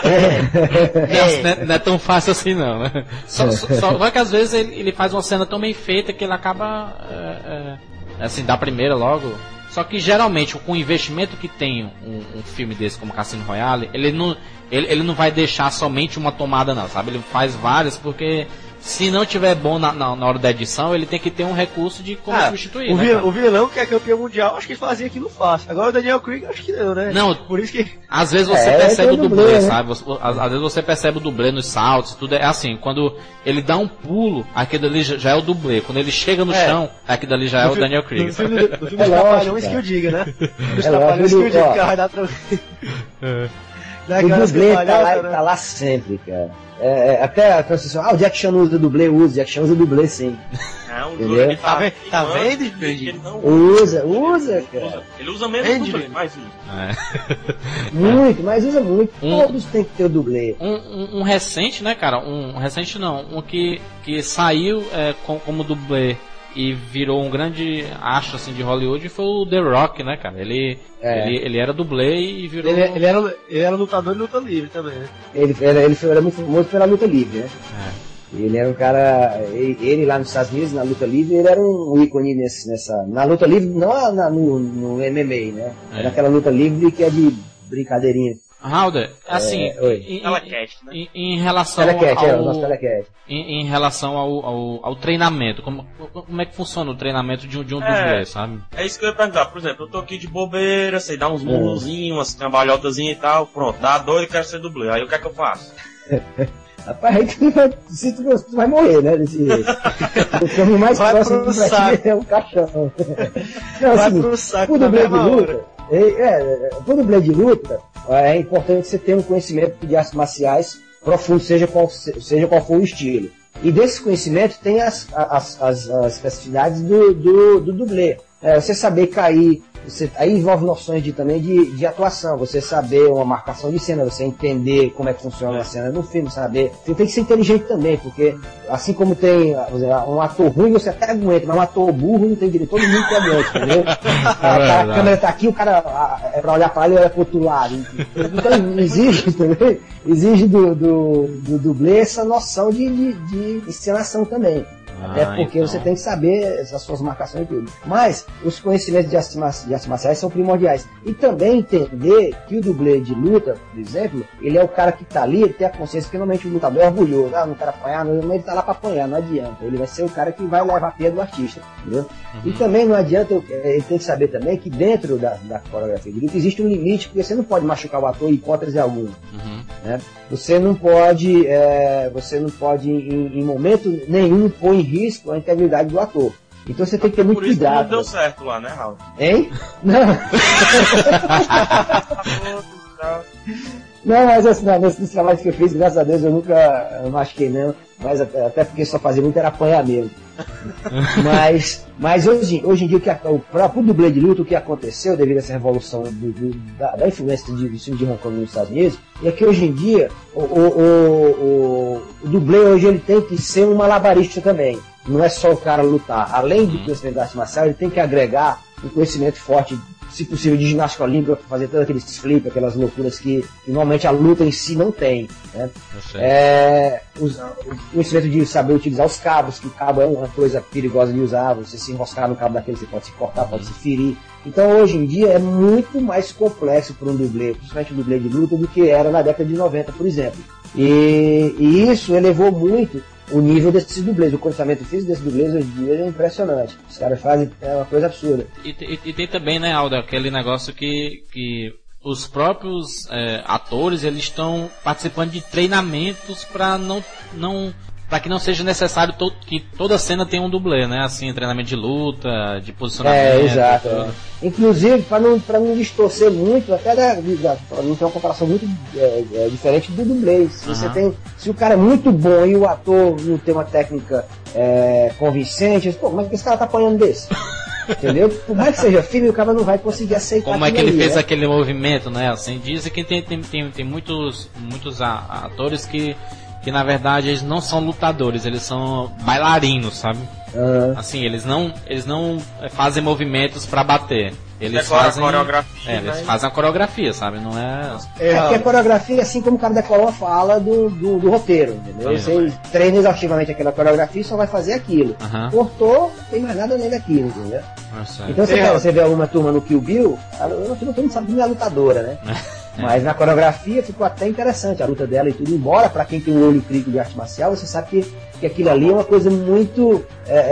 É. Não, é, não é tão fácil assim, não, né? Só, só, só vai que às vezes ele, ele faz uma cena tão bem feita que ele acaba, é, é, assim, da primeira logo. Só que geralmente, com o investimento que tem um, um filme desse como Cassino Royale, ele não, ele, ele não vai deixar somente uma tomada não, sabe? Ele faz várias, porque se não tiver bom na, na, na hora da edição, ele tem que ter um recurso de como ah, substituir, o, né, vil, o vilão que é campeão mundial, acho que ele fazia aquilo fácil. Agora o Daniel Craig, acho que não, né? Não, por isso que... Às vezes você é, percebe o dublê, dublê, sabe? Às, às vezes você percebe o dublê nos saltos, tudo é assim, quando ele dá um pulo, aquilo ali já, já é o dublê. Quando ele chega no é. chão, aquilo ali já é o Daniel Craig. No filme, no filme é dos Trapalhões que eu diga, né? Dos Trapalhões que eu diga, que vai dar pra... O dublê tá lá, né? Tá lá sempre, cara. É, é, até a transição, ah, o Jack Chan usa dublê, usa, Jack Chan usa dublê sim. Não, ele tá, tá, tá vendo, ele não usa, usa, cara. Usa. Ele usa menos dublê, mas usa. É. Muito, mas usa muito. Um, Todos tem que ter o dublê. Um, um, um recente, né, cara? Um, um recente não, um que, que saiu é, com, como dublê e virou um grande astro assim, de Hollywood foi o The Rock, né, cara? Ele, é. ele, ele era dublê e virou... Ele, ele, era, ele era lutador e luta livre também, né? Ele, ele, ele era muito famoso pela luta livre, né? É. Ele era um cara... Ele, ele lá nos Estados Unidos, na luta livre, ele era um ícone nesse, nessa... Na luta livre, não na, no, no M M A, né? É. Era aquela luta livre que é de brincadeirinha. Halder, assim, é, em, em, em, em relação telecat, ao, é, em, em relação ao, ao, ao treinamento, como, como é que funciona o treinamento de um, de um é, dublê, sabe? É isso que eu ia perguntar, por exemplo, eu tô aqui de bobeira, sei dar uns muluzinhos, umas cambalhotazinhas e tal, pronto, dá doido e quero ser dublê, aí o que é que eu faço? Rapaz, aí tu vai, se tu, tu vai morrer, né, desse jeito. O caminho mais vai próximo do Brasil é o caixão. Não, vai assim, pro saco o dublê de luta, é, é, o dublê de luta, é importante você ter um conhecimento de artes marciais profundo, seja qual, seja qual for o estilo. E desse conhecimento tem as, as, as, as especificidades do, do, do dublê. É, você saber cair, você, aí envolve noções de, também de, de atuação, você saber uma marcação de cena, você entender como é que funciona a cena no filme, saber. Você tem que ser inteligente também, porque assim como tem um ator ruim, você até aguenta, mas um ator burro não tem direito, todo mundo que aguenta, entendeu? a, a, a câmera tá aqui, o cara a, é pra olhar pra ele e olhar pro outro lado. Então exige também, exige do, do, do dublê essa noção de, de, de encenação também. Até ah, porque então. Você tem que saber as suas marcações e tudo. Mas os conhecimentos de artes, de artes marciais são primordiais. E também entender que o dublê de luta, por exemplo, ele é o cara que tá ali, ele tem a consciência que normalmente o lutador é orgulhoso. Ah, não quero apanhar, não, ele tá lá pra apanhar, não adianta. Ele vai ser o cara que vai levar a pia do artista, entendeu? Uhum. E também não adianta, ele tem que saber também que dentro da, da coreografia de luta existe um limite, porque você não pode machucar o ator em hipótese alguma. Uhum. Né? Você não pode, é, você não pode em, em momento nenhum pôr em risco a integridade do ator. Então você tem que ter muito cuidado. Por isso não deu certo lá, né, Raul? Hein? Não. Não, mas assim, não, nesse, nesse trabalho que eu fiz, graças a Deus, eu nunca machuquei não, mas até, até porque só fazia muito era apanhar mesmo. mas mas hoje, hoje em dia, o, que, o próprio dublê de luta, o que aconteceu devido a essa revolução do, do, da, da influência de, do filme de Hong Kong nos Estados Unidos, é que hoje em dia, o, o, o, o dublê hoje ele tem que ser um malabarista também. Não é só o cara lutar. Além do conhecimento da arte marcial, ele tem que agregar um conhecimento forte, se possível, de ginástica olímpica, para fazer todos aqueles flips, aquelas loucuras que, que normalmente a luta em si não tem. Né? É, os, o conhecimento de saber utilizar os cabos, que o cabo é uma coisa perigosa de usar, você se enroscar no cabo daquele, você pode se cortar, pode se ferir. Então hoje em dia é muito mais complexo para um dublê, principalmente um dublê de luta, do que era na década de noventa, por exemplo. E, e isso elevou muito o nível desses dublês, o condicionamento físico desses dublês hoje em dia é impressionante. Os caras fazem é uma coisa absurda. E, e, e tem também, né, Aldo, aquele negócio que, que os próprios é, atores, eles estão participando de treinamentos para não, não, para que não seja necessário to, que toda cena tenha um dublê, né? Assim, treinamento de luta, de posicionamento. É, exato. É. Inclusive, para não, para não distorcer muito, até para não ter uma comparação muito é, é, diferente do dublê. Se, uhum. você tem, se o cara é muito bom e o ator não tem uma técnica é, convincente, pô, como é que esse cara tá apanhando desse? Entendeu? Por mais que seja filme, o cara não vai conseguir aceitar. Como é que ele ali, fez né? aquele movimento, né? Assim, dizem que tem, tem, tem, tem muitos, muitos atores que, que na verdade eles não são lutadores, eles são bailarinos, sabe? Uhum. Assim, eles não, eles não fazem movimentos pra bater. Eles decora fazem a coreografia, é, né? eles fazem a coreografia, sabe? Não é. É, porque a coreografia, assim como o cara decora uma fala do, do, do roteiro, entendeu? Você treina exaustivamente aquela coreografia e só vai fazer aquilo. Uhum. Cortou, não tem mais nada além daquilo, entendeu? Nossa, então você, é. você vê alguma turma no Kill Bill, a turma não sabe nem a lutadora, né? É. Mas na coreografia ficou até interessante a luta dela e tudo, embora pra quem tem um olho crítico de arte marcial, você sabe que, que aquilo ali é uma coisa muito,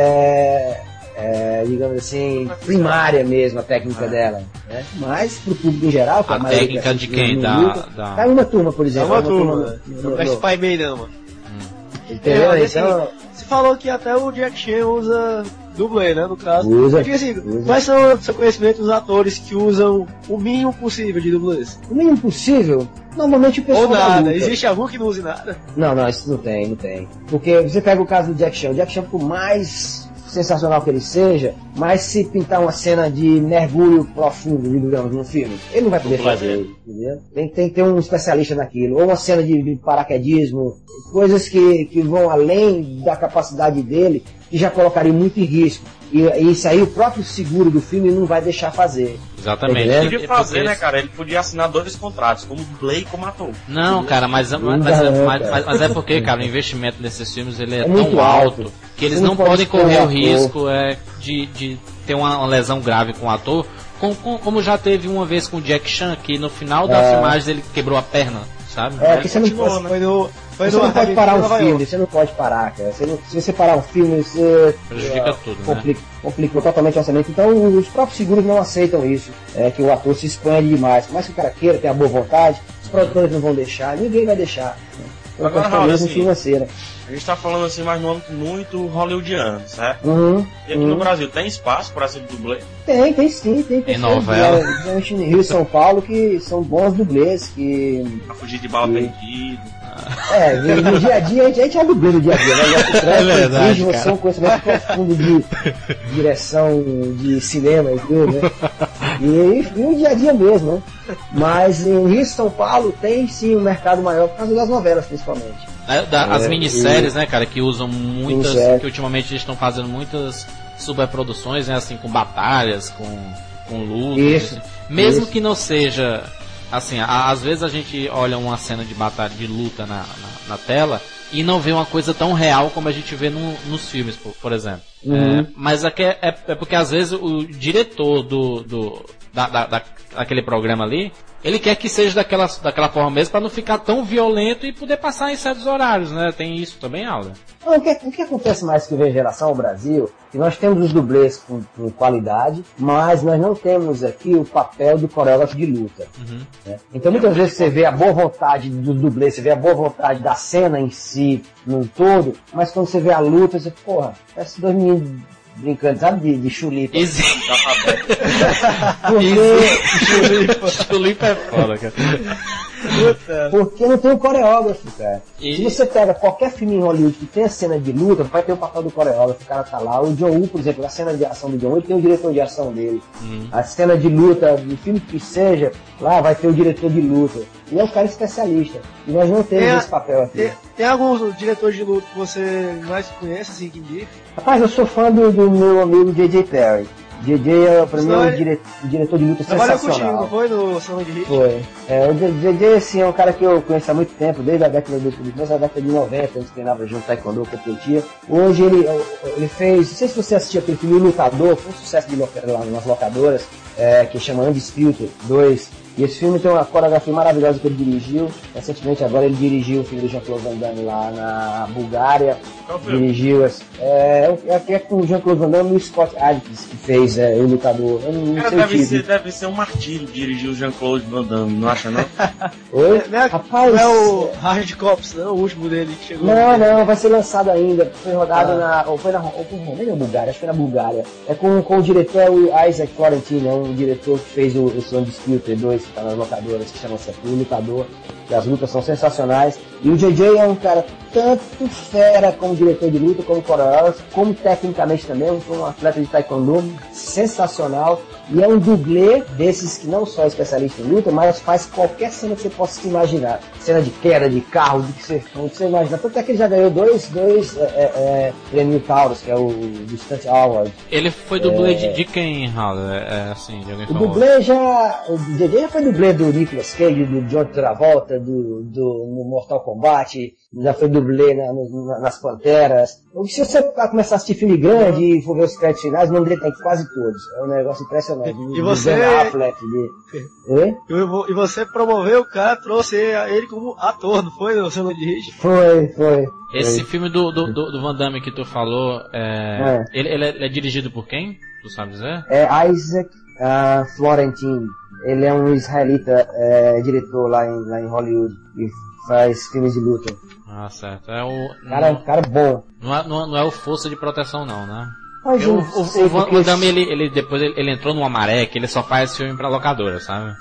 é, é, digamos assim, primária mesmo, a técnica é. dela. Né? Mas pro público em geral, a, a técnica de quem? Da, luta, da... Tá uma turma, por exemplo. É uma, uma turma, turma no, no, não é Spy Man não, mano. Entendeu? É, então... assim, você falou que até o Jack Chan usa dublê, né, no caso. Usa, Porque, assim, usa. Quais são o seu conhecimento dos atores que usam o mínimo possível de dublês? O mínimo possível? Normalmente o pessoal Ou nada, luta. existe algum que não use nada? Não, não, isso não tem, não tem. Porque você pega o caso do Jack Chan. O Jack Chan, por mais sensacional que ele seja, mas se pintar uma cena de mergulho profundo, digamos, no filme, ele não vai poder fazer, entendeu? Tem, tem que ter um especialista naquilo. Ou uma cena de, de paraquedismo, coisas que, que vão além da capacidade dele, que já colocaria muito em risco. E, e isso aí o próprio seguro do filme não vai deixar fazer. Exatamente. Ele Ele podia fazer, né, cara? Ele podia assinar dois contratos, como dublê e como ator. Não, cara, mas, mas, mas, mas, mas, mas é porque, cara, o investimento desses filmes ele é, É tão muito alto, alto. que eles Você não não pode podem correr expor o o risco é, de, de ter uma, uma lesão grave com o ator, com, com, como já teve uma vez com o Jack Chan, que no final da É. filmagem ele quebrou a perna, sabe? É, porque você não Continuou, pode, né? Foi no, foi você no não pode Argentina, parar um Nova filme, York. você não pode parar, cara. Você não, se você parar um filme, você Prejudica uh, tudo, né? complica, complica totalmente o orçamento. Então os próprios seguros não aceitam isso, é, que o ator se expande demais. Por mais que o cara queira, tenha boa vontade, os produtores não vão deixar, ninguém vai deixar. Né? Então, Agora, questão Raul, mesmo assim, financeira. A gente tá falando assim, mas no âmbito muito hollywoodiano, certo? Uhum, E aqui uhum. no Brasil, tem espaço para ser dublê? Tem, tem sim, tem pessoas, novela. é, principalmente no Rio e São Paulo, que são bons dublês, que... Pra fugir de bala Sim. perdida. É, no, no dia a dia, a gente, a gente é dublê no dia a dia, né? Nosso crédito É verdade, exige você cara. um conhecimento profundo de direção de cinema e tudo, né? E, e no dia a dia mesmo, né? Mas em Rio e São Paulo tem sim um mercado maior por causa das novelas, principalmente. É, da- as É, minisséries, e- né, cara, que usam muitas, Minissérie. que ultimamente eles estão fazendo muitas superproduções, né, assim, com batalhas, com, com lutas, Isso, assim. Mesmo isso. que não seja, assim, a- às vezes a gente olha uma cena de batalha, de luta na, na, na tela e não vê uma coisa tão real como a gente vê no- nos filmes, por, por exemplo. Uhum. É, mas aqui é, é, é porque às vezes o diretor do, do da, da, da- daquele programa ali, ele quer que seja daquela, daquela forma mesmo para não ficar tão violento e poder passar em certos horários, né? Tem isso também, Aula? Não, o, que, o que acontece mais que vem em relação ao Brasil, que nós temos os dublês com, com qualidade, mas nós não temos aqui o papel do coreógrafo de luta. Uhum. Né? Então muitas vezes você vê a boa vontade do dublê, você vê a boa vontade da cena em si, num todo, mas quando você vê a luta, você, porra, parece dois meninos brincando, sabe, de, de chulipa. Existe. Porque, Chulipa é foda, cara. Puta. porque não tem um coreógrafo, cara. E- Se você pega qualquer filme em Hollywood que tem a cena de luta, vai ter o papel do coreógrafo, o cara tá lá. O John Woo, por exemplo, a cena de ação do John Woo, tem o diretor de ação dele. Hum. A cena de luta, do filme que seja, lá vai ter o diretor de luta. E é um cara especialista. E nós não temos Tem a- esse papel aqui. Tem, tem alguns diretores de luta que você mais conhece, assim, que indica? Rapaz, eu sou fã do, do meu amigo J J Perry. J J é, pra mim, Senão um ele- dire, diretor de luta Trabalhou contigo, sensacional. não foi? No Salão de Hit? Foi. É, o J J, assim, é um cara que eu conheço há muito tempo, desde a década de, desde a década de noventa, a gente treinava junto taekwondo, competia. Hoje ele, ele fez, não sei se você assistiu aquele filme O Lutador, foi um sucesso de loca, lá nas locadoras, é, que chama Undisputed dois. E esse filme tem uma coreografia maravilhosa que ele dirigiu. Recentemente agora ele dirigiu o filme do Jean-Claude Van Damme lá na Bulgária. Qual filme? Dirigiu, é, é, é com o Jean-Claude Van Damme e o Scott Adkins, que fez é, O Lutador. Eu não, não Cara, sei o deve título. ser, deve ser um martírio dirigir o Jean-Claude Van Damme, não acha não? Oi? Não é, Rapaz, não é o Hard Cops, não, o último dele que chegou. Não, não, vai ser lançado ainda. Foi rodado Ah. na. Ou foi na. Ou foi na Romênia ou Bulgária? Acho que foi na Bulgária. É com, com o diretor o Isaac Florentino, é um diretor que fez o, esse Undisputed dois, que tá nas locadoras, que chama-se O Lutador. E as lutas são sensacionais. E o J J é um cara tanto fera como diretor de luta, como coreógrafo, como tecnicamente também, foi um atleta de taekwondo sensacional. E é um dublê desses que não só é especialista em luta, mas faz qualquer cena que você possa se imaginar. Cena de queda, de carro, do que você, do que você imaginar. Tanto é que ele já ganhou dois, dois é, é, é, prêmios Taurus, que é o do Stunt Award. Ele foi dublê de, de quem, Raul? É, é assim, de alguém O famoso? dublê já. O J J já foi dublê do Nicolas Cage, do John Travolta, do, do no Mortal Kombat, já foi dublê na, no, na, nas Panteras. Se você começar a assistir filme grande e for ver os créditos finais, o nome dele tá em quase todos. É um negócio impressionante. E você- Ben Affleck, de... Oi? E vo- e você promoveu o cara, trouxe ele como ator, não foi? No Salão de Hit? Foi, foi. Esse foi. filme do, do, do, do Van Damme que tu falou, é, Ele, ele, é, ele é dirigido por quem? Tu sabe dizer? É Isaac uh, Florentine. Ele é um israelita é, diretor lá em, lá em Hollywood e faz filmes de luta. Ah, certo. É o. Cara, Não, cara bom. não, é, não, não é o Força de Proteção, não, né? Mas o, eu o, sei o Van, porque Van Damme, ele, ele depois ele, ele entrou numa maré que ele só faz filme pra locadora, sabe?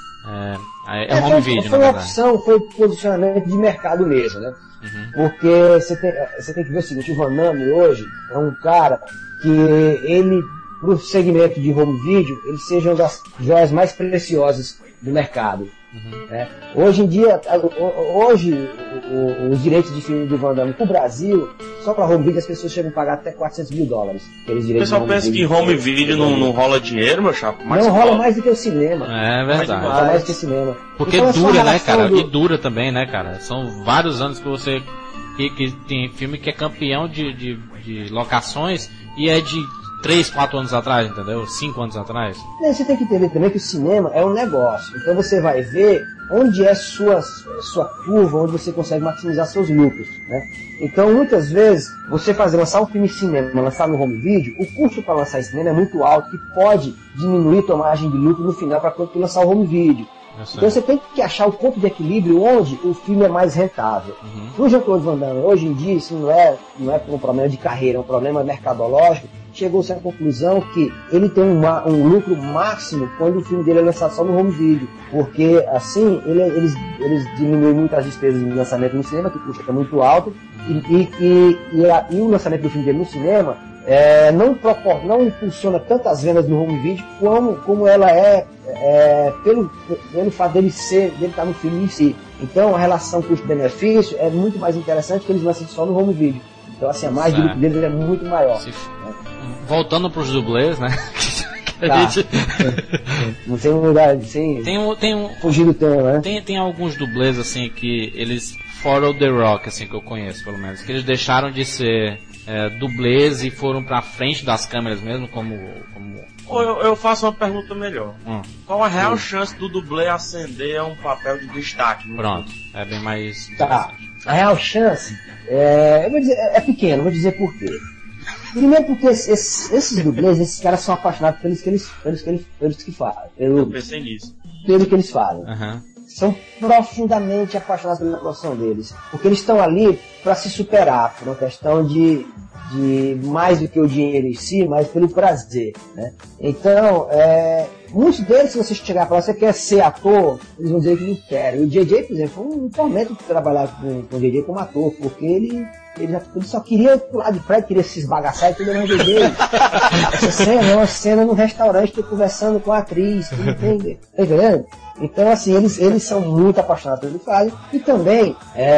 É, é, é home foi, video, foi na uma verdade. opção, foi posicionamento de mercado mesmo, né? Uhum. Porque você tem, você tem que ver o seguinte, o Van Damme hoje é um cara que ele, pro segmento de home video, ele seja uma das joias mais preciosas do mercado. Uhum. Né? Hoje em dia, hoje o, o, os direitos de filme do Van Damme pro Brasil, só para home video as pessoas chegam a pagar até quatrocentos mil dólares. O pessoal pensa que home video não, não rola dinheiro, meu chapa? Mas não rola mais do que o cinema. É verdade. Rola mais do que o cinema. Porque então, dura, né, cara? Do... E dura também, né, cara? São vários anos que você... Que, que tem filme que é campeão de, de, de locações e é de três, quatro anos atrás, entendeu? cinco anos atrás. Você tem que entender também que o cinema é um negócio. Então você vai ver onde é sua, sua curva, onde você consegue maximizar seus lucros, né? Então muitas vezes você fazer lançar um filme em cinema, lançar no home video, o custo para lançar em cinema é muito alto, que pode diminuir tua margem de lucro no final para quando tu lançar o home video. Então você tem que achar o ponto de equilíbrio onde o filme é mais rentável. Uhum. O Jean-Claude Van Damme, hoje em dia, isso não é, não é por um problema de carreira, é um problema mercadológico. Chegou-se à conclusão que ele tem um, um lucro máximo quando o filme dele é lançado só no home video. Porque assim, ele, eles, eles diminuem muito as despesas de lançamento no cinema, que custa muito alto, e, e, e, e, a, e o lançamento do filme dele no cinema é, não, propor, não impulsiona tantas vendas no home video como, como ela é, é pelo, pelo fato dele ser, dele estar no filme em si. Então a relação custo-benefício é muito mais interessante que eles lançam só no home video. Então assim, a margem de lucro deles é muito maior. Se... Né? Voltando pros dublês, né? Tá. A gente... Não tem lugar sem tem um, tem um, fugir do tema, né? Tem, tem alguns dublês assim que eles, fora o The Rock, assim, que eu conheço pelo menos, que eles deixaram de ser é, dublês e foram pra frente das câmeras mesmo, como... como... Ou eu, eu faço uma pergunta melhor. Hum. Qual a real hum. chance do dublê ascender a um papel de destaque? Pronto, é bem mais tá. A real chance é, eu vou dizer, é pequena, vou dizer por quê. Primeiro porque esses, esses dublês, esses caras são apaixonados pelos que eles, pelos que eles, pelos que fazem. Pelo, eu pensei nisso. Pelo que eles fazem. Uhum. São profundamente apaixonados pela profissão deles. Porque eles estão ali para se superar, por uma questão de, de mais do que o dinheiro em si, mas pelo prazer, né? Então, é, muitos deles, se você chegar para lá, você quer ser ator, eles vão dizer que não querem. O J J, por exemplo, foi um tormento trabalhar com, com o J J como ator, porque ele... Ele, já, ele só queria pular de prédio, queria se esbagaçar e tudo no J J. Essa cena é uma cena no restaurante, tô conversando com a atriz, não tem, tá entendendo? Então, assim, eles, eles são muito apaixonados pelo que fazem. E também,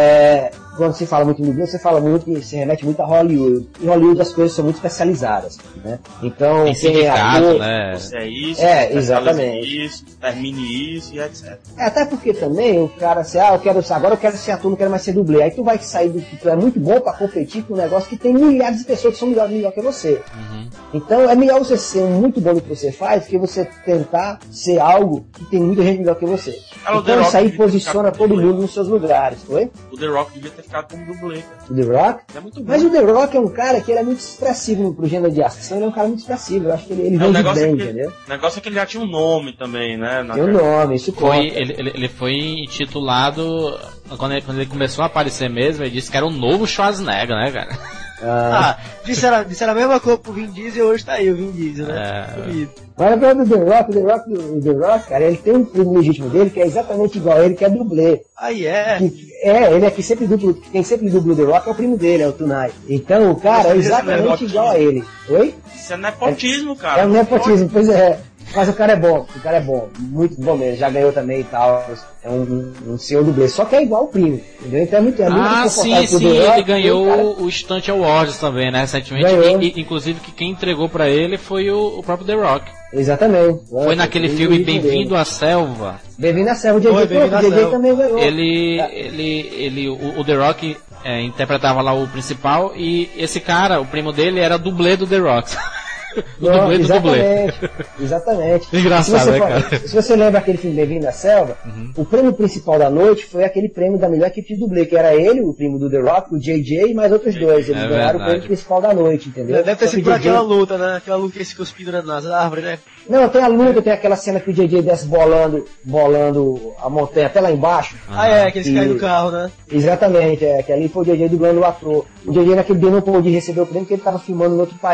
é, quando se fala muito em dublê, você fala muito, se remete muito a Hollywood. Em Hollywood as coisas são muito especializadas, né? Então, tem sindicato, é, né? Você é isso, é, exatamente. Isso, termine isso e etcétera. É, até porque também o cara, assim, ah, eu quero, agora eu quero ser ator, não quero mais ser dublê. Aí tu vai sair do que tu é muito bom pra competir com um negócio que tem milhares de pessoas que são melhor, melhor que você. Uhum. Então é melhor você ser muito bom no que você faz que você tentar ser algo que tem muita gente melhor que você. Ela, então isso aí posiciona todo mundo nos seus lugares, foi? O The Rock devia ter ficado como dublê, cara. O The Rock? É muito bom. Mas o The Rock é um cara que ele é muito expressivo pro gênero de ação, ele é um cara muito expressivo, eu acho que ele, ele é, vende bem, é que, entendeu? O negócio é que ele já tinha um nome também, né? Tem um nome, isso foi, conta. ele, ele, ele foi intitulado, quando ele, quando ele começou a aparecer mesmo, ele disse que era o novo Schwarzenegger, né, cara? Ah, disseram, disseram a mesma coisa pro Vin Diesel e hoje tá aí o Vin Diesel, né? É... Mas agora do The Rock, o The Rock, o The Rock, cara, ele tem um primo legítimo dele que é exatamente igual a ele, que é dublê. Aí é? Que, é, ele é que sempre dubla, quem sempre dubla o The Rock é o primo dele, é o Tunai. Então o cara é exatamente igual a ele. Oi? Isso é nepotismo, é, cara. É um nepotismo, pois é. Mas o cara é bom, o cara é bom, muito bom mesmo, já ganhou também e tal, é um, um senhor dublê, só que é igual o primo, entendeu? Então é muito, é muito Ah, sim, sim, ele Rock, ganhou cara... o Stunt Awards também, né, recentemente, e, e, inclusive que quem entregou pra ele foi o, o próprio The Rock. Exatamente. Foi naquele filme Bem-vindo à Selva. Bem-vindo à Selva, o J J também ganhou. Ele, ele, ele, o, o The Rock é, interpretava lá o principal e esse cara, o primo dele, era dublê do The Rock. O Não, dublê do exatamente, dublê. Exatamente. Engraçado, se você, né, cara? Se você lembra aquele filme Bem-vindo à Selva, uhum. O prêmio principal da noite foi aquele prêmio da melhor equipe de dublê, que era ele, o primo do The Rock, o J J e mais outros dois. Eles é ganharam verdade. O prêmio principal da noite, entendeu? Deve ter sido por aquela luta, né? Aquela luta que eles ficam pendurando nas árvores, né? Não, tem a luta, tem aquela cena que o J J desce bolando, bolando a montanha até lá embaixo. Ah, é, que eles e... caem do carro, né? Exatamente, é, que ali foi o J J dublando o ator. O J J naquele dia não pôde receber o prêmio porque ele estava filmando em outro país.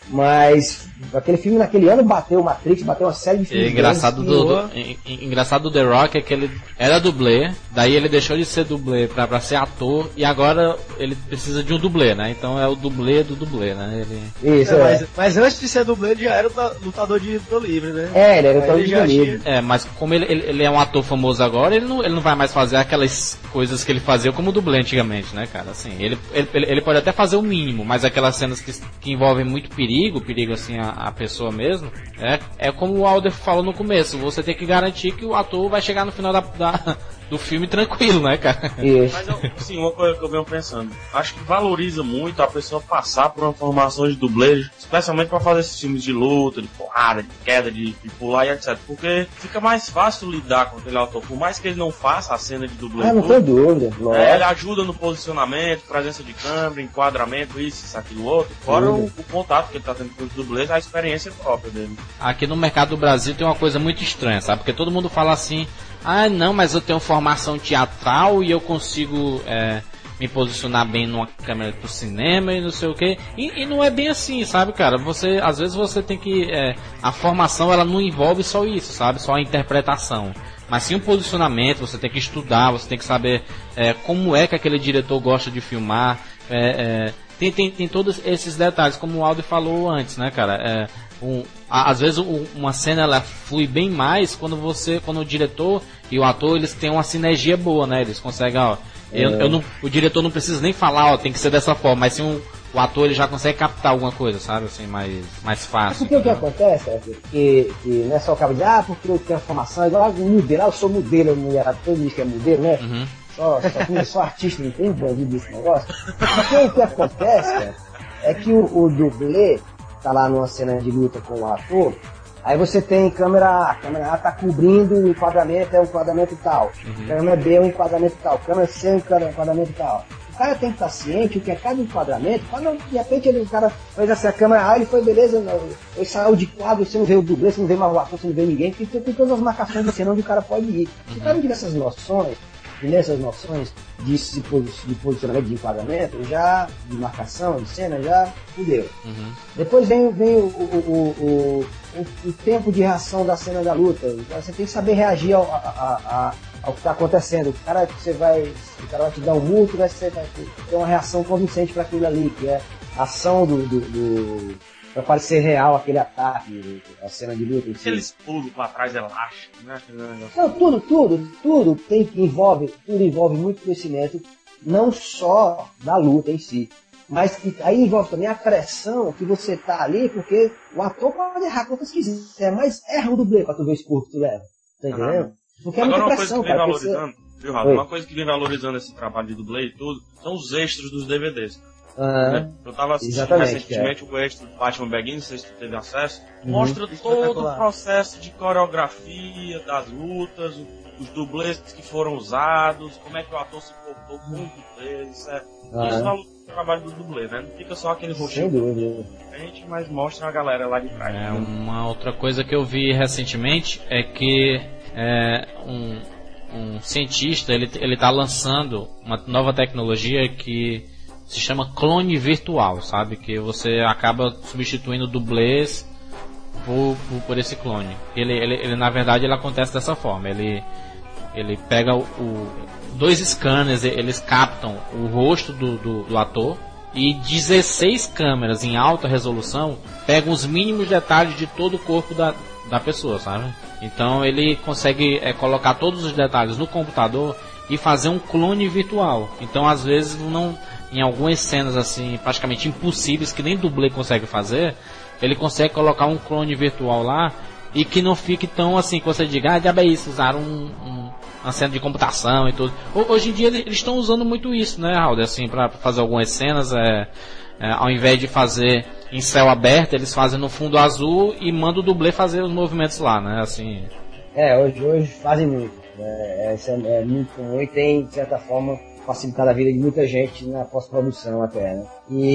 Mas aquele filme naquele ano bateu Matrix, bateu uma série de filmes. É engraçado do, do, é, engraçado do The Rock é que ele era dublê, daí ele deixou de ser dublê pra, pra ser ator, e agora ele precisa de um dublê, né? Então é o dublê do dublê, né? Ele... Isso, é, mas, mas antes de ser dublê ele já era lutador de luta livre, né? É, ele era lutador de luta livre. É, mas como ele, ele, ele é um ator famoso agora, ele não, ele não vai mais fazer aquelas coisas que ele fazia como dublê antigamente, né, cara? Assim, ele, ele, ele pode até fazer o mínimo, mas aquelas cenas que, que envolvem muito perigo, perigo assim a, a pessoa mesmo, é, é como o Alder falou no começo, você tem que garantir que o ator vai chegar no final da, da, do filme tranquilo, né, cara? Isso. Mas, eu, assim, uma coisa que eu venho pensando, acho que valoriza muito a pessoa passar por uma formação de dublê, especialmente pra fazer esses filmes de luta, de porrada, de queda, de, de pular e etcétera. Porque fica mais fácil lidar com aquele ator, por mais que ele não faça a cena de dublê. Ah, não tem dúvida. É, ele ajuda no posicionamento, presença de câmera, enquadramento, isso, isso, aquilo, outro. Fora o, o contato que ele tá tendo com os dublês, a experiência própria dele. Aqui no mercado do Brasil tem uma coisa muito estranha, sabe? Porque todo mundo fala assim, ah, não, mas eu tenho formação teatral e eu consigo é, me posicionar bem numa câmera pro cinema e não sei o que. E, e não é bem assim, sabe, cara? Você, às vezes você tem que... É, a formação, ela não envolve só isso, sabe? Só a interpretação. Mas sim o posicionamento, você tem que estudar, você tem que saber é, como é que aquele diretor gosta de filmar. É, é, tem, tem, tem todos esses detalhes, como o Aldo falou antes, né, cara? É, um, às vezes um, uma cena ela flui bem mais quando você, quando o diretor e o ator eles têm uma sinergia boa, né? Eles conseguem, ó, eu, é. eu não, o diretor não precisa nem falar, ó, tem que ser dessa forma, mas sim um, o ator ele já consegue captar alguma coisa, sabe? Assim, mais, mais fácil. Porque o que acontece é que, que não é só o cabo de, ah, porque eu tenho a formação, igual o modelo, ah, eu sou modelo, eu não era todo mundo que é modelo, né? Uhum. Só, só, só artista não tem bandido desse negócio. Porque o que acontece, cara, é que o, o dublê tá lá numa cena de luta com o ator, aí você tem câmera A, câmera A tá cobrindo o enquadramento, é um enquadramento tal, uhum. Câmera B é um enquadramento tal, câmera C é um enquadramento tal. O cara tem que estar ciente o que é cada enquadramento, quando de repente ele, o cara fez assim, a câmera A, ele foi, beleza, ele saiu de quadro, você não vê o dublê, você não vê mais o ator, você não vê ninguém, porque tem todas as marcações de cena onde o cara pode ir. Se o cara não tiver essas noções, nessas noções de, de posicionamento, de enquadramento, já, de marcação, de cena, já fudeu. Uhum. Depois vem, vem o, o, o, o, o tempo de reação da cena da luta. Você tem que saber reagir ao, a, a, ao que está acontecendo. O cara, você vai, o cara vai te dar um murro, você vai ter uma reação convincente para aquilo ali, que é a ação do... do, do pra parecer real aquele ataque, a cena de luta. Aqueles pulos pra trás elásticos, né? Não, tudo, tudo, tudo tem que envolve, tudo envolve muito conhecimento, não só da luta em si, mas aí envolve também a pressão que você tá ali, porque o ator pode errar quantas quiser, mas erra o dublê pra tu ver o esporro que tu leva, tá entendendo? Ah, porque é agora muita uma pressão, coisa que vem cara. Valorizando, você... viu, Rafa? Uma coisa que vem valorizando esse trabalho de dublê e tudo, são os extras dos D V Ds. Uhum. Eu tava assistindo recentemente é. o extra do Batman Begins, não sei se tu teve acesso, uhum. Mostra todo o processo de coreografia das lutas, os dublês que foram usados, como é que o ator se portou com o dublê, isso é uhum. Isso valoriza o trabalho do dublê, né? Não fica só aquele rostinho frente, mas mostra a galera lá de trás. É, uma outra coisa que eu vi recentemente é que é, um, um cientista ele, ele tá lançando uma nova tecnologia que se chama clone virtual, sabe? Que você acaba substituindo dublês por, por, por esse clone. Ele, ele, ele, na verdade, ele acontece dessa forma. Ele, ele pega o, o dois scanners, eles captam o rosto do, do, do ator e dezesseis câmeras em alta resolução pegam os mínimos detalhes de todo o corpo da, da pessoa, sabe? Então ele consegue é, colocar todos os detalhes no computador e fazer um clone virtual. Então, às vezes, não... em algumas cenas assim praticamente impossíveis que nem dublê consegue fazer, ele consegue colocar um clone virtual lá e que não fique tão assim que você diga, ah, diabo é isso, usaram um, um, uma cena de computação e tudo. Hoje em dia eles estão usando muito isso, né, Raul? Assim, para fazer algumas cenas, é, é, ao invés de fazer em céu aberto, eles fazem no fundo azul e mandam o dublê fazer os movimentos lá, né? Assim. É, hoje, hoje fazem muito. É, é, é muito comum e tem, de certa forma, facilitar a vida de muita gente na pós-produção até, né?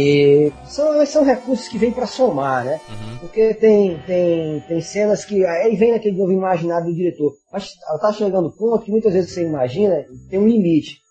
E são, são recursos que vêm para somar, né? Uhum. Porque tem, tem, tem cenas que aí vem naquele novo imaginário do diretor. Mas tá chegando um ponto que muitas vezes você imagina, tem um limite.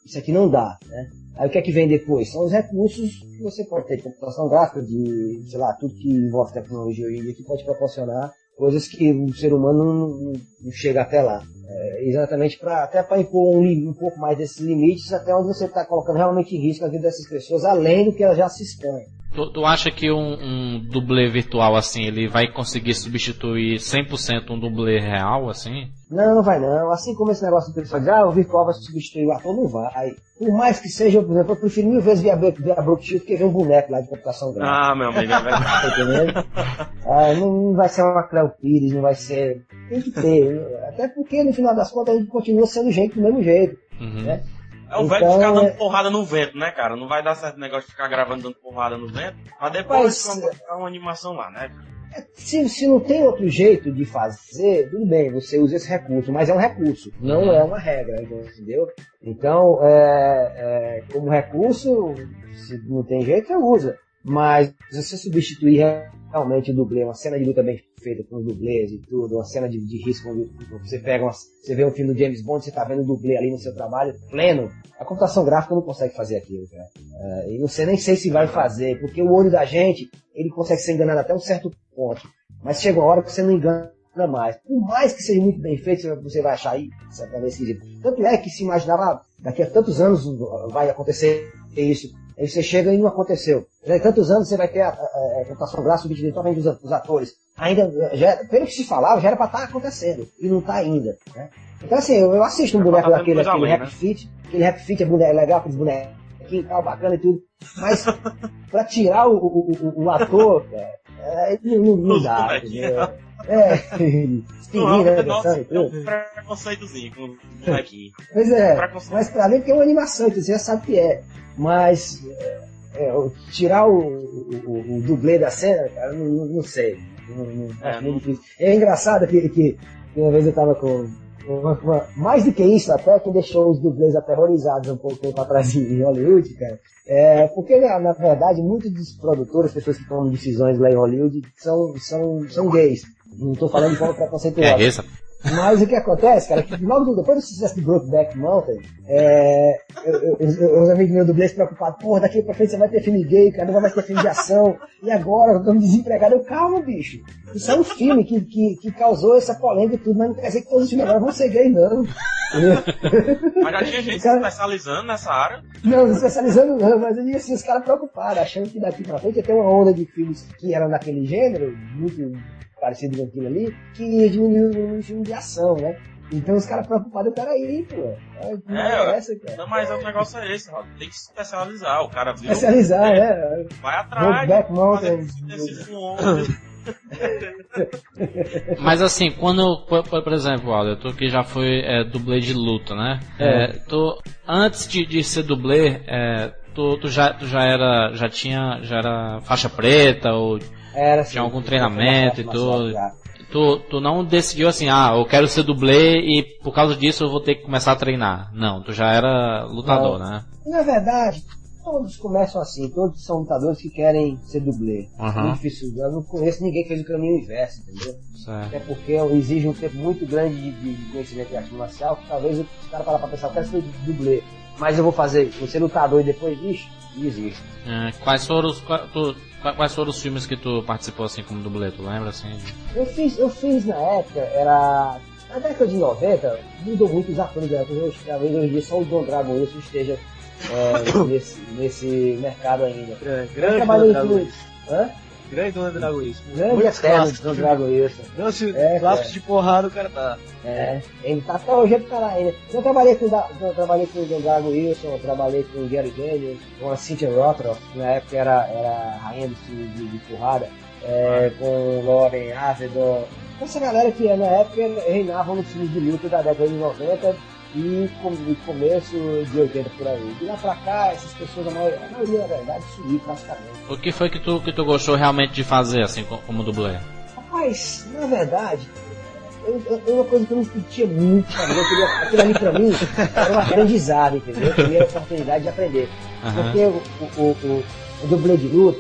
isso aqui não dá, né? Aí o que é que vem depois? São os recursos que você pode ter de computação gráfica, de, sei lá, tudo que envolve tecnologia hoje em dia que pode proporcionar coisas que o ser humano não, não, não chega até lá. É, exatamente para até para impor um, um pouco mais desses limites, até onde você está colocando realmente em risco a vida dessas pessoas, além do que elas já se expõem. Tu, tu acha que um, um dublê virtual assim, ele vai conseguir substituir cem por cento um dublê real, assim? Não, não vai não. Assim como esse negócio do pessoal diz, ah, o virtual vai substituir o ator, não vai. Por mais que seja, por exemplo, eu prefiro mil vezes ver a, ver a Brooke Shields que ver um boneco lá de computação gráfica. Ah, meu amigo, é verdade. Tá entendendo? Ah, não, não vai ser uma Cleo Pires, não vai ser... Tem que ter. Até porque, no final das contas, a gente continua sendo gente do mesmo jeito, Uhum. né? É o Então, velho ficar dando é- porrada no vento, né, cara? Não vai dar certo o negócio de ficar gravando dando porrada no vento, mas depois Mas, vai ficar uma animação lá, né? Se, se não tem outro jeito de fazer, tudo bem, você usa esse recurso, mas é um recurso, não é uma regra, entendeu? Então, é, é, como recurso, se não tem jeito, você usa. Mas se você substituir realmente o dublê, uma cena de luta bem feita com os dublês e tudo, uma cena de, de risco, onde você pega uma, você vê um filme do James Bond, você tá vendo o dublê ali no seu trabalho, pleno, a computação gráfica não consegue fazer aquilo, cara. Uh, e você nem sei se vai fazer, porque o olho da gente, ele consegue ser enganado até um certo ponto. Mas chega uma hora que você não engana mais. Por mais que seja muito bem feito, você vai achar aí, certamente esquisito. Tanto é que se imaginava, daqui a tantos anos vai acontecer isso. Aí você chega e não aconteceu. Daqui a tantos anos você vai ter a, a, a computação gráfica totalmente dos, dos atores. Ainda, já, pelo que se falava, já era pra estar acontecendo. E não tá ainda, né? Então assim, eu, eu assisto um boneco tá daquele, aquele além, Rap né? Fit, aquele Rap Fit é boneco, legal, aqueles bonecos e tal, bacana e tudo. Mas pra tirar o, o, o, o ator, cara, é, não, não dá, entendeu? É, espinho, né? Nossa, dançando e é um tudo. preconceitozinho com o bonequinho. Pois é, Preconceito. mas pra mim que é uma animação, então você já sabe que é. Mas é, é, tirar o, o, o dublê da cena, cara, não, não, não sei. Não, não, É, acho não- muito difícil. É engraçado que, que, que uma vez eu tava com. Uma, uma, mais do que isso, até que deixou os dublês aterrorizados um pouco tempo atrás em Hollywood, cara. É, porque, na, na verdade, muitos dos produtores, pessoas que tomam decisões lá em Hollywood, são, são, são gays. Não tô falando de forma preconceituosa. É isso? Mas o que acontece, cara, é que logo depois do sucesso do Brokeback Mountain, é, eu, eu, eu, os amigos meus dublês preocupados, porra, daqui pra frente você vai ter filme gay, cara, não vai mais ter filme de ação, e agora, estamos desempregados. Eu, calma, bicho. Isso é um filme que, que, que causou essa polêmica e tudo, mas não quer dizer que todos os filmes agora vão ser gay, não. Entendeu? Mas já tinha gente se Cara- especializando nessa área. Não, não especializando não, mas eu digo assim, os caras preocupados, achando que daqui pra frente ia ter uma onda de filmes que eram naquele gênero, muito parecido com aquilo ali, que ia diminuir o filme de ação, né? Então os caras preocupados, peraí, pô. Não é, É, essa, cara. Não, mas o negócio é esse, ó, tem que se especializar. O cara viu, Especializar, né? vai atrás, Brokeback Mountain. fazer esse fundo. Mas assim, quando, por, por por exemplo, Alder, tu que já foi é, dublê de luta, né? É. É, tu, antes de, de ser dublê, é, tu, tu, já, tu já era, já tinha, já era faixa preta ou Era assim, tinha algum tipo, treinamento e uma tudo? já. Tu, tu não decidiu assim, ah, eu quero ser dublê e por causa disso eu vou ter que começar a treinar. Não, tu já era lutador, Não. né? Na verdade, todos começam assim, todos são lutadores que querem ser dublê. Aham. Muito difícil, eu não conheço ninguém que fez o caminho inverso, entendeu? Certo. Até porque exige um tempo muito grande de, de conhecimento de arte marcial, que talvez os caras parar pra pensar, eu quero ser dublê, mas eu vou fazer, vou ser lutador e depois disso, não existe. É, quais foram os, qua- tu- qua- quais foram os filmes que tu participou assim como dublê? Tu lembra assim? Eu fiz, eu fiz na época, era. Na década de noventa, mudou muito os atores da época. Hoje, talvez hoje em dia só o Don Dragon Wilson esteja é, nesse, nesse mercado ainda. É, Eu grande trabalhei Don com. Dragon. Hã? Grande Don Dragon isso. Grande Muitos eterno clássicos. Don Dragon Wilson. Não, se É, clássicos é. de porrada o cara tá. É, ele tá até hoje ele tá lá ainda. Eu trabalhei com, o Da- eu trabalhei com o Don Dragon Wilson, eu trabalhei com o Gary Daniels, com a Cynthia Rothrock, que na época era, era rainha do filme de, de porrada, é, com o Lauren Avedon. Essa galera que na época reinavam nos filmes de luta da década de noventa e com, e começo de oitenta por aí. De lá pra cá, essas pessoas, a maioria, a maioria na verdade, sumiu praticamente. O que foi que tu, que tu gostou realmente de fazer assim co- como dublê? Rapaz, na verdade, eu, eu, eu- uma coisa que eu não curtia muito, sabe? Eu queria, aquilo ali pra mim era uma aprendizado, entendeu? Eu queria a oportunidade de aprender. Aham. Porque o, o, o, o dublê de luta,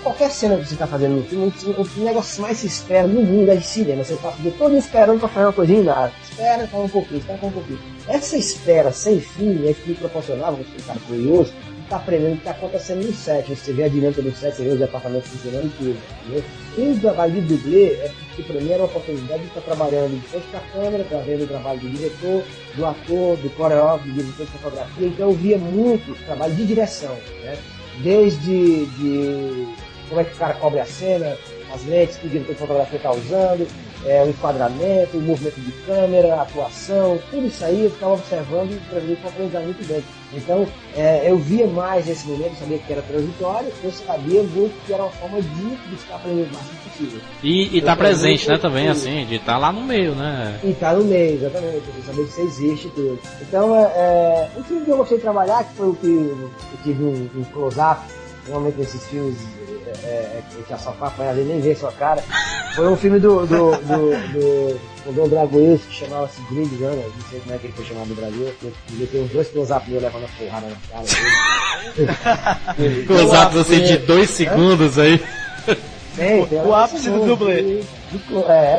qualquer cena que você tá fazendo no filme, o negócio mais se espera no mundo é de cinema. Você passa o dia todo esperando pra fazer uma coisinha e nada. Espera, fala um pouquinho, espera um pouquinho. Essa espera sem fim é que proporcionava, você cara curioso, tá aprendendo o que tá acontecendo no set. Você vê a dinâmica do set, você vê os departamentos funcionando e tudo, entendeu? E o trabalho de dublê é porque pra mim era uma oportunidade de estar trabalhando de frente com a câmera, tá vendo o trabalho do diretor, do ator, do coreógrafo, do diretor de fotografia. Então eu via muito trabalho de direção, né? Desde de como é que o cara cobre a cena, as lentes que o diretor de fotografia está usando, é, o enquadramento, o movimento de câmera, a atuação, tudo isso aí eu ficava observando e para mim foi aprendizado muito bem. Então é, eu via mais esse momento, eu sabia que era transitório, eu sabia muito que era uma forma de, de ficar aprendendo o máximo possível. E estar tá presente, né, também, assim, de estar tá lá no meio, né? E estar tá no meio, exatamente, você saber que você existe e tudo. Então, é, um filme que eu gostei de trabalhar, que foi o que eu tive um, um close-up, normalmente nesses filmes é, é, que já só faz apanhar, nem vê sua cara. Foi um filme do do do, do, do Drago Willis que chamava-se Grid Runner, não sei como é que ele foi chamado no Brasil. Ele tem uns dois close-up meio levando a porrada na cara dele. Close-up assim de dois segundos aí. Tem, tem o ápice do dublê. É,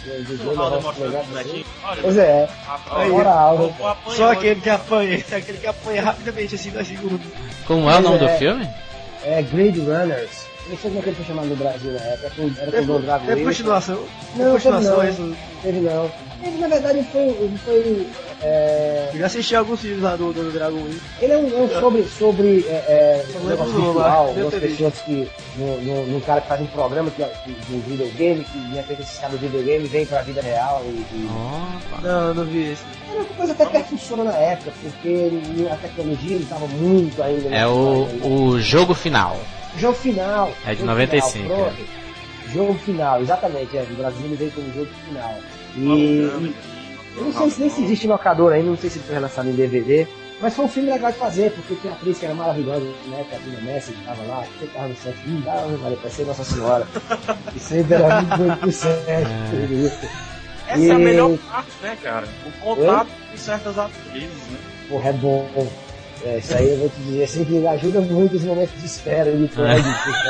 pois é, moral. Só aquele que apanha, aquele que apanha rapidamente assim dois segundos. Como é o nome do filme? É Grid Runners. Não sei como é que ele foi chamado no Brasil na época, era com o Drago Willis. Teve continuação? Não, continuação teve não. Teve não. Ele, na verdade, foi... Ele foi é... Eu já assisti alguns filmes lá do, do Drago Willis. Ele é um, é um sobre... sobre é, é, um negócio virtual, algumas pessoas que... Num cara que faz um programa que, que, de um videogame, que de repente esses caras do videogame vêm pra vida real e... e... Opa. Não, eu não vi isso. Era uma coisa até que funcionou na época, porque a tecnologia não estava muito ainda... É o, o Jogo Final. Jogo Final. É de jogo noventa e final, cinco. É. Jogo Final, exatamente. É, no Brasil ele veio como Jogo Final. E, e eu não sei se nem se existe locador ainda, não sei se ele foi relançado em D V D, mas foi um filme legal de fazer, porque tinha uma atriz que era maravilhosa, né? Que a Tina Messi estava lá, que estava no set, não dá, vai parecer Nossa Senhora. E sempre era muito bonito pro set. Essa e... é a melhor parte, né, cara? O contato Oi? com certas atrizes, né? Porra, é bom. É, isso aí eu vou te dizer assim que ajuda muito os momentos de espera de crédito.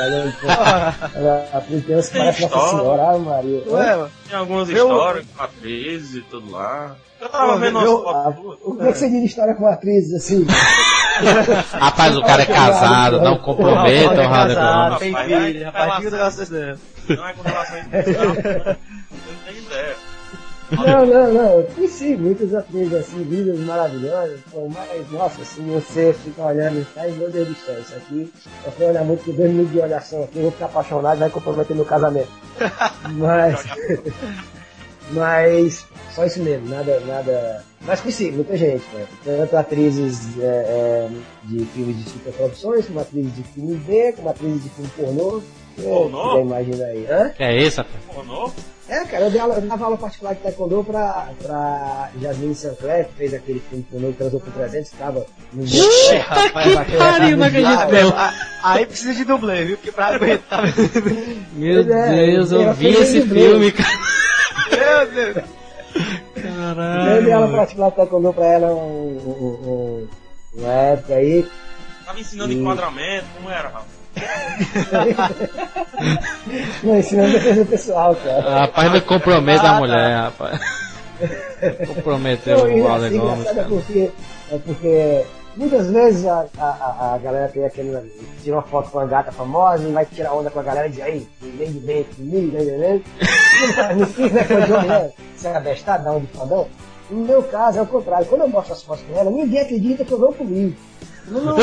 A atriz parece Nossa Senhora, ah, Maria. Ué, tem algumas meu... histórias com atrizes e tudo lá. Eu tava vendo umas fotos. O que, é que você diz de história com atrizes assim? Rapaz, o cara é casado, não comprometa o Rádio. Tem filho, rapaz, fica o negócio desse. Não é com relação a isso, eu não tenho ideia. Não, não, não, eu conheci muitas atrizes assim, lindas, maravilhosas, mas, nossa, assim, você fica olhando e faz, meu Deus do céu, isso aqui, eu fui olhar muito por dois minutos de olhação aqui, eu vou ficar apaixonado e vai comprometer meu casamento. Mas, mas, só isso mesmo, nada, nada, mas conheci muita gente, né? Tanto atrizes é, é, de filmes de superproduções, como atrizes de filme B, como atrizes de filme pornô. Pornô? Já imagina aí, hã? Que é isso, rapaz? Pornô? É, cara, eu, dei aula, eu dava aula particular de taekwondo pra, pra Jasmine Sinclair, que fez aquele filme pornô que transou por trezentos, que tava no... Ixi, que pariu, não acredito não. Aí precisa de dublê, viu? Porque pra aguentar... Meu Deus, eu vi esse filme, cara. Meu Deus. Caralho. Eu dei aula particular de taekwondo pra ela um, um, um, uma época aí. Tava ensinando e... enquadramento, como era, Rafa? Não, ensinando defesa pessoal, cara. Rapaz, não compromete a mulher, rapaz. Comprometeu o Alden Gomes. É porque, é porque muitas vezes a, a, a galera tem aquele. Tira uma foto com uma gata famosa e vai tirar onda com a galera e diz aí, vem de bem comigo, né? No fim, né? Né? Você é abestado, dá um de fodão. No meu caso, é o contrário. Quando eu mostro as fotos com ela, ninguém acredita que eu não comigo. Não, não,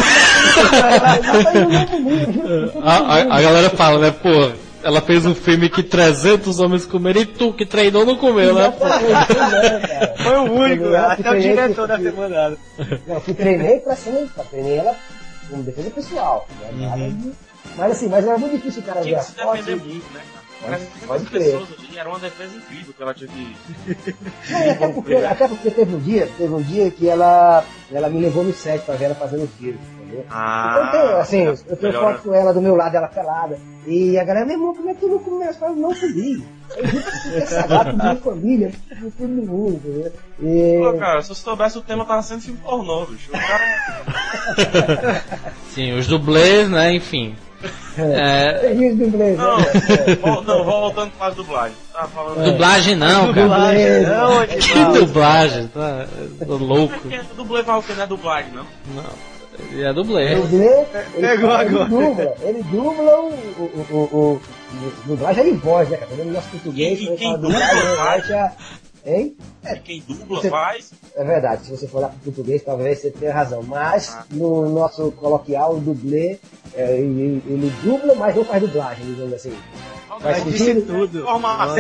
a, a, a galera fala, né, pô, ela fez um filme que trezentos homens comeram e tu que treinou não comeu, né? Foi o único, eu, até o diretor da semana. Eu fui treinei pra cima, treinei ela como defesa pessoal. Né? Uhum. Mas assim, mas era muito difícil o cara ver as fotos. Defender muito, né, cara? Pode, pode crer. Era uma defesa incrível que ela tinha que... Não, até, porque, até porque teve um dia, teve um dia que ela, ela me levou no set pra ver ela fazendo tiro, entendeu? Ah, então, assim, eu tenho melhor, foto com ela do meu lado, ela pelada. E a galera, meu irmão, como é que tu não começa? Eu não comi. É sagrado, minha família, não todo mundo, entendeu? E... Pô, cara, se eu soubesse o tema, tava sendo filme pornô, bicho. O cara... Sim, os dublês, né, enfim. É... Tem dublê, Não, né? vol- não, voltando para as dublagens. Tá falando. Dublagem não, cara. Dublagem, não, Que dublagem? Tá tô louco. Porque dublê vai o que não é dublagem, não? Não. Ele é dublê. Dublê, ele, Pegou ele agora. dubla, ele dubla o, o, o, o, o dublagem é de voz, né, cara? No nosso português, E- e quando quem fala dubla dublagem, faz? né, já- Hein? E quem dubla Você- faz. É verdade, se você for lá pro português, talvez você tenha razão. Mas, no nosso coloquial, o dublê, é, ele, ele dubla, mas não faz dublagem, digamos assim. Faz Mas disse sentido? tudo. Informação.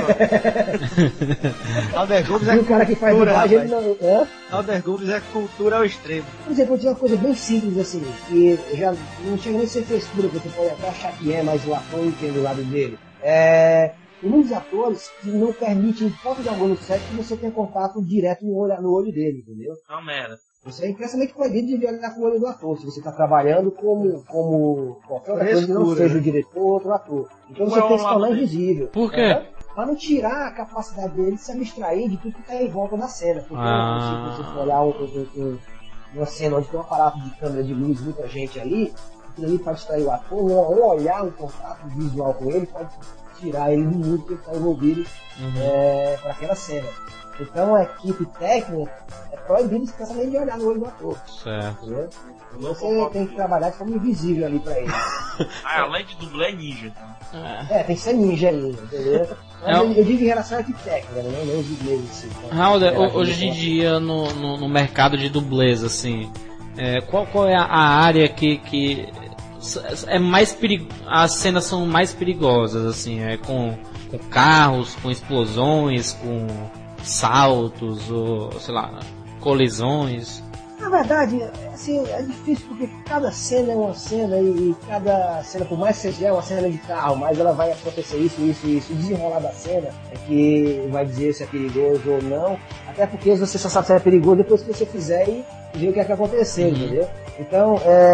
Alder Gomes E é o cara que faz cultura, dublagem, ele rapaz. não... Hã? Alder Gomes é cultura ao extremo. Por exemplo, eu tinha uma coisa bem simples assim, que já não chega nem a ser frescura, porque você pode até achar que é, mas o ator entende do lado dele. É, tem muitos atores que não permitem, em falta de algum no set, que você tenha contato direto no olho, no olho dele, entendeu? É uma merda. Você é impressamente proibido de olhar com o olho do ator, se você está trabalhando como, como qualquer outra coisa que não Frescura, seja né? o diretor ou outro ator. Então Qual você é o tem que se lado tornar dele? invisível. Por quê? É, Pra não tirar a capacidade dele de se abstrair de tudo que está em volta da cena. Porque Ah. se você for olhar um, um, um, uma cena onde tem um aparato de câmera de luz, muita gente ali, aquilo ali pode distrair o ator, um, um olhar, um contato visual com ele pode tirar ele do mundo que ele está envolvido é, para aquela cena. Então a equipe técnica é proibida expressamente de olhar no olho do ator. Certo. Entendeu? Você tem que trabalhar de forma invisível ali pra ele. Ah, além de dublê é ninja. Então. É, tem que ser ninja ali, entendeu? Mas É o- eu, eu digo em relação à equipe técnica, né? Não os ingleses em si. Então, Raul, é, ho- hoje em dia no, no, no mercado de dublês, assim, é, qual, qual é a, a área que, que s- é mais perigo, as cenas são mais perigosas, assim, é com, com carros, com explosões, com saltos, ou sei lá, colisões. Na verdade, assim, é difícil porque cada cena é uma cena e, e cada cena, por mais que seja é uma cena de carro, mas ela vai acontecer isso, isso, isso. O desenrolar da cena é que vai dizer se é perigoso ou não. Até porque você só sabe se é perigoso depois que você fizer e ver o que é que aconteceu, entendeu? Então,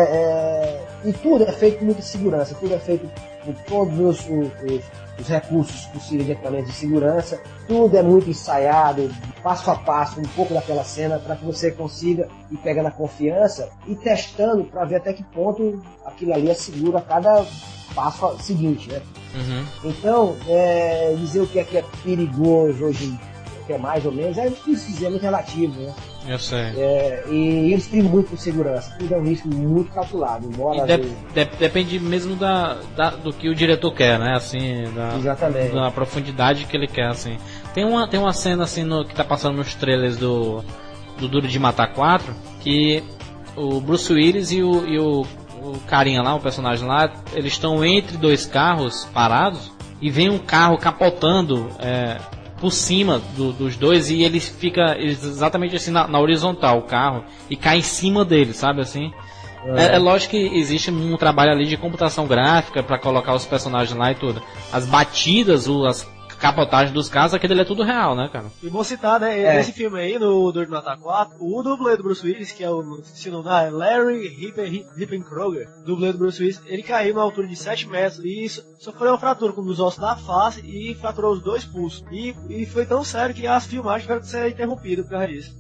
é, é, e tudo é feito com muita segurança, tudo é feito com todos os, os, os, os recursos possíveis de equipamentos de segurança, tudo é muito ensaiado, passo a passo, um pouco daquela cena, para que você consiga ir pegando a confiança e testando para ver até que ponto aquilo ali é seguro a cada passo seguinte, né? Uhum. Então, é, dizer o que é que é perigoso hoje, o que é mais ou menos, é difícil dizer, é muito relativo, né? Eu sei. É, e eles primam muito por segurança, tudo é um risco muito calculado, embora... E às de- vezes- de- depende mesmo da, da- do que o diretor quer, né? Assim, da, Exatamente. da profundidade que ele quer, assim. Tem uma, tem uma cena assim no, que tá passando nos trailers do, do Duro de Matar quatro, que o Bruce Willis e o, e o, o carinha lá, o personagem lá, eles estão entre dois carros parados e vem um carro capotando é, por cima do- dos dois e ele fica exatamente assim na, na horizontal, o carro, e cai em cima dele, sabe assim? É, é lógico que existe um trabalho ali de computação gráfica para colocar os personagens lá e tudo. As batidas, o- as capotagens dos carros, aquilo ali é tudo real, né, cara? E vou citar, né, É. nesse filme aí, no Duro de Matar quatro, o dublê do Bruce Willis, que é o, se não dá, é Larry Hippen- Hippenkroger, dublê do Bruce Willis, ele caiu na altura de sete metros e so- sofreu uma fratura com um dos ossos da face e fraturou os dois pulsos. E, e foi tão sério que as filmagens tiveram que ser interrompidas por causa disso.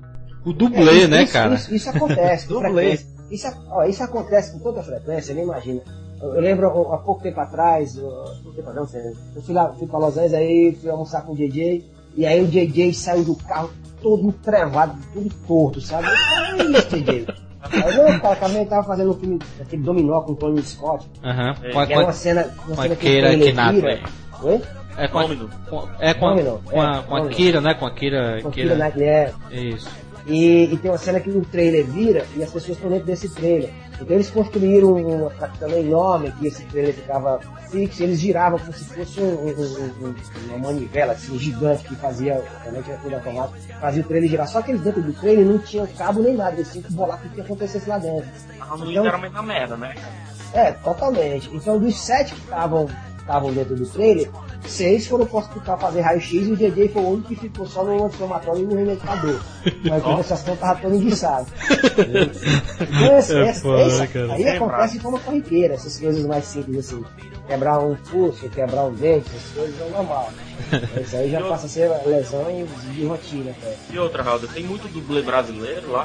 O dublê, É, isso, né, isso, cara? Isso, isso acontece com Dublê. frequência. Isso, a- ó, isso acontece com tanta frequência, nem imagina. Eu, eu lembro ó, há pouco tempo atrás, ó, pouco tempo, não sei, eu fui lá, fui pra Los Angeles, aí fui almoçar com o J J, e aí o J J saiu do carro todo entrevado, todo torto, sabe? Eu falei, "Que é isso, J J?" Aí não, cara, também tava fazendo um filme, aquele dominó com o Tony Scott, Aham. É, Com a- que com era a- uma cena, uma com a cena que Keira o trailer Knightley. vira. Oi? É com a, Domino. com- é com a, Domino, com a, é, com a Domino. Kira, né? Com a Kira. Com a Kira. Keira Knightley, é. Isso. E, e tem uma cena que o trailer vira e as pessoas estão dentro desse trailer. Então eles construíram uma capitana enorme que esse trailer ficava fixo, eles giravam como se fosse um, um, um, uma manivela assim, gigante que fazia, realmente era tudo automático, fazia o trailer girar. Só que eles dentro do trailer não tinham cabo nem nada, eles tinham que bolar tudo que acontecesse lá dentro. Ah, Então- literalmente na merda, né? É, totalmente. Então dos sete que estavam estavam dentro do trailer, seis foram postos para fazer raio-x e o J J foi o único que ficou só no anti-inflamatório e no remedicador. Mas a compensação tava todo enguiçado. Então, essa, É essa, foda, essa- cara. aí acontece de forma corriqueira, essas coisas mais simples assim. Quebrar um pulso, quebrar um dente, essas coisas é normal. Isso aí já passa a ser lesão de rotina. Cara. E outra, Raul, tem muito dublê brasileiro lá.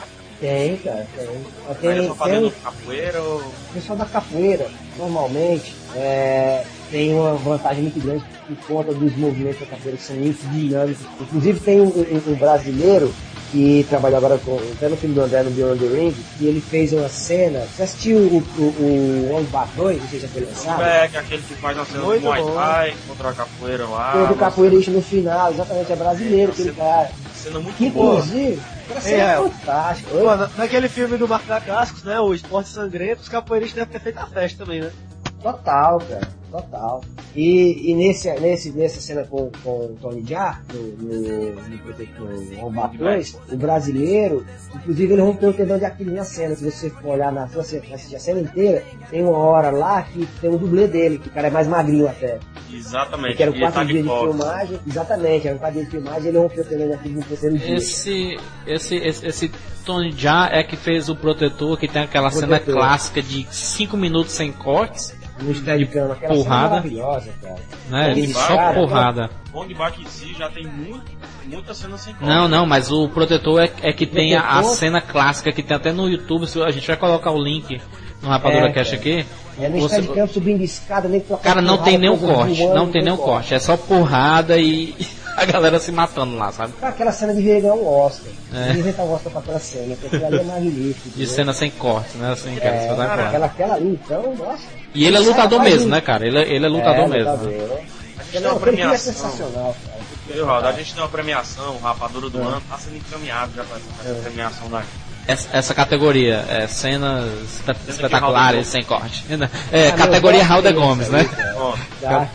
Tem, cara, tem. Mas Tem, tem, só fazendo tem capoeira ou... o pessoal da capoeira, normalmente, é, tem uma vantagem muito grande por conta dos movimentos da capoeira que são muito dinâmicos. Inclusive tem um, um, um brasileiro que trabalhou agora com, até no filme do André, no Beyond the Ring, e ele fez uma cena. Você assistiu o, o, o One Bar dois, não sei se já foi lançado? É, que é aquele que faz uma cena do Muay Thai contra a capoeira lá. Foi do capoeirista no final, exatamente, é brasileiro, aquele cara. Cena muito Que boa. inclusive, aquela cena É, é fantástica. Pô, na- naquele filme do Marco da Cascos, né? O Esporte Sangrento, os capoeiristas devem ter feito a festa também, né? Total, cara, total. E, e nesse, nesse, nessa cena com, com o Tony Jaa, no, no, no, no Rombato dois, o brasileiro, inclusive ele rompeu o tendão de Aquiles na cena. Se você for olhar na, se você assistir a cena inteira, tem uma hora lá que tem o dublê dele, que o cara é mais magrinho até. Exatamente. Que era E quatro tá de dias de folga. filmagem, exatamente, era um quatro dias de filmagem e ele rompeu o tendão de Aquiles no terceiro dia. Esse, esse, esse, esse Tony Jaa é que fez o Protetor, que tem aquela cena Protetor. clássica de cinco minutos sem cortes, No Steadicam, aquela cena porrada. maravilhosa, cara. né? Aquele Só cara, porrada. Bong Bak em si já tem muito, muita cena sem corte. Não, não, mas o Protetor é, é que tem a, a Protetor? cena clássica que tem até no YouTube. Se a gente vai colocar o link no Rapadura É, Cash cara. aqui. É no Você- Steadicam subindo escada, nem com a Cara, não porrada, tem nenhum coisa corte, voando, não tem nenhum corte, é só porrada e a galera se matando lá, sabe? Cara, aquela cena de ganhar um Oscar. É. Devia inventar um Oscar pra aquela cena, porque aquilo ali é magnífico. De né? cena sem corte, né? Assim, que é, É, espetacular. aquela, aquela ali, então, nossa. E ele é lutador Cara, mesmo, mas- né, cara? Ele, é- ele é lutador é, mesmo. lutador, Né? né? A gente Não, tem uma aquele filme é premiação. sensacional, cara. Viu, Raul? A gente tem uma premiação, o Rapadura do É. Ano, tá sendo encaminhado já pra essa É. premiação daqui. Essa, essa categoria, é, cenas espe- de espetaculares Raul sem corte. É, Ah, categoria meu, Raul de gosto Gomes, disso aí, né? cara. Ó, Tá?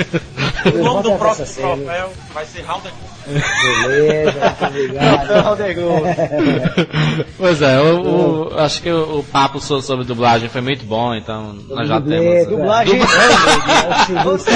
o nome do Bota próximo essa cena. troféu vai ser Raul de Gomes. Beleza, muito obrigado. Aldegol. Pois é, o, o- acho que o, o papo so- sobre dublagem foi muito bom, então nós já Dublê, temos. Dublagem. É o segundo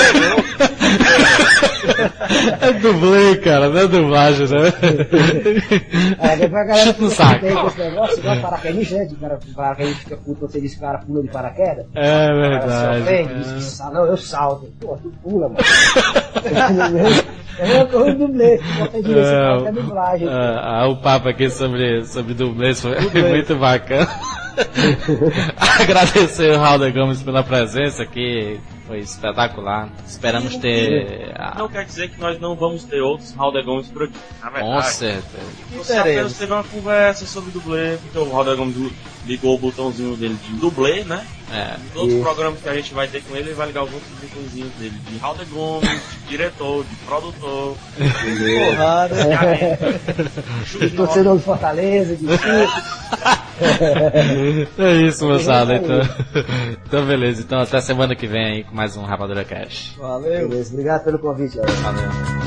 É dublê, cara, não é dublagem, né? É, depois a galera Chuta no fica saco. contente com esse negócio, igual paraquedista, né? De cara, paraquedista fica puto quando você diz que o cara pula de paraquedas. É O cara se verdade. ofende, diz que sa- não, eu salto. Pô, tu pula, mano. É a mesma coisa do dublê, se você diz esse cara que é dublagem. É, ah, o papo aqui sobre, sobre dublês foi muito bacana. Agradecer o Raul de Gomes pela presença aqui, foi espetacular. Esperamos ter. a- Não quer dizer que nós não vamos ter outros Raul de Gomes por aqui. Na Com verdade, certeza. você apenas teve uma conversa sobre dublê, porque o Raul de Gomes ligou o botãozinho dele de dublê, né? É. Nos outros Isso. programas que a gente vai ter com ele, ele vai ligar os outros botõezinhos dele de Raul de Gomes, de diretor, de produtor, Porrada. chute De no torcedor do Fortaleza, de É isso, moçada. Então, então, beleza. Então, até semana que vem aí com mais um Rapadura Cash. Valeu. Beleza, obrigado pelo convite, galera. Valeu.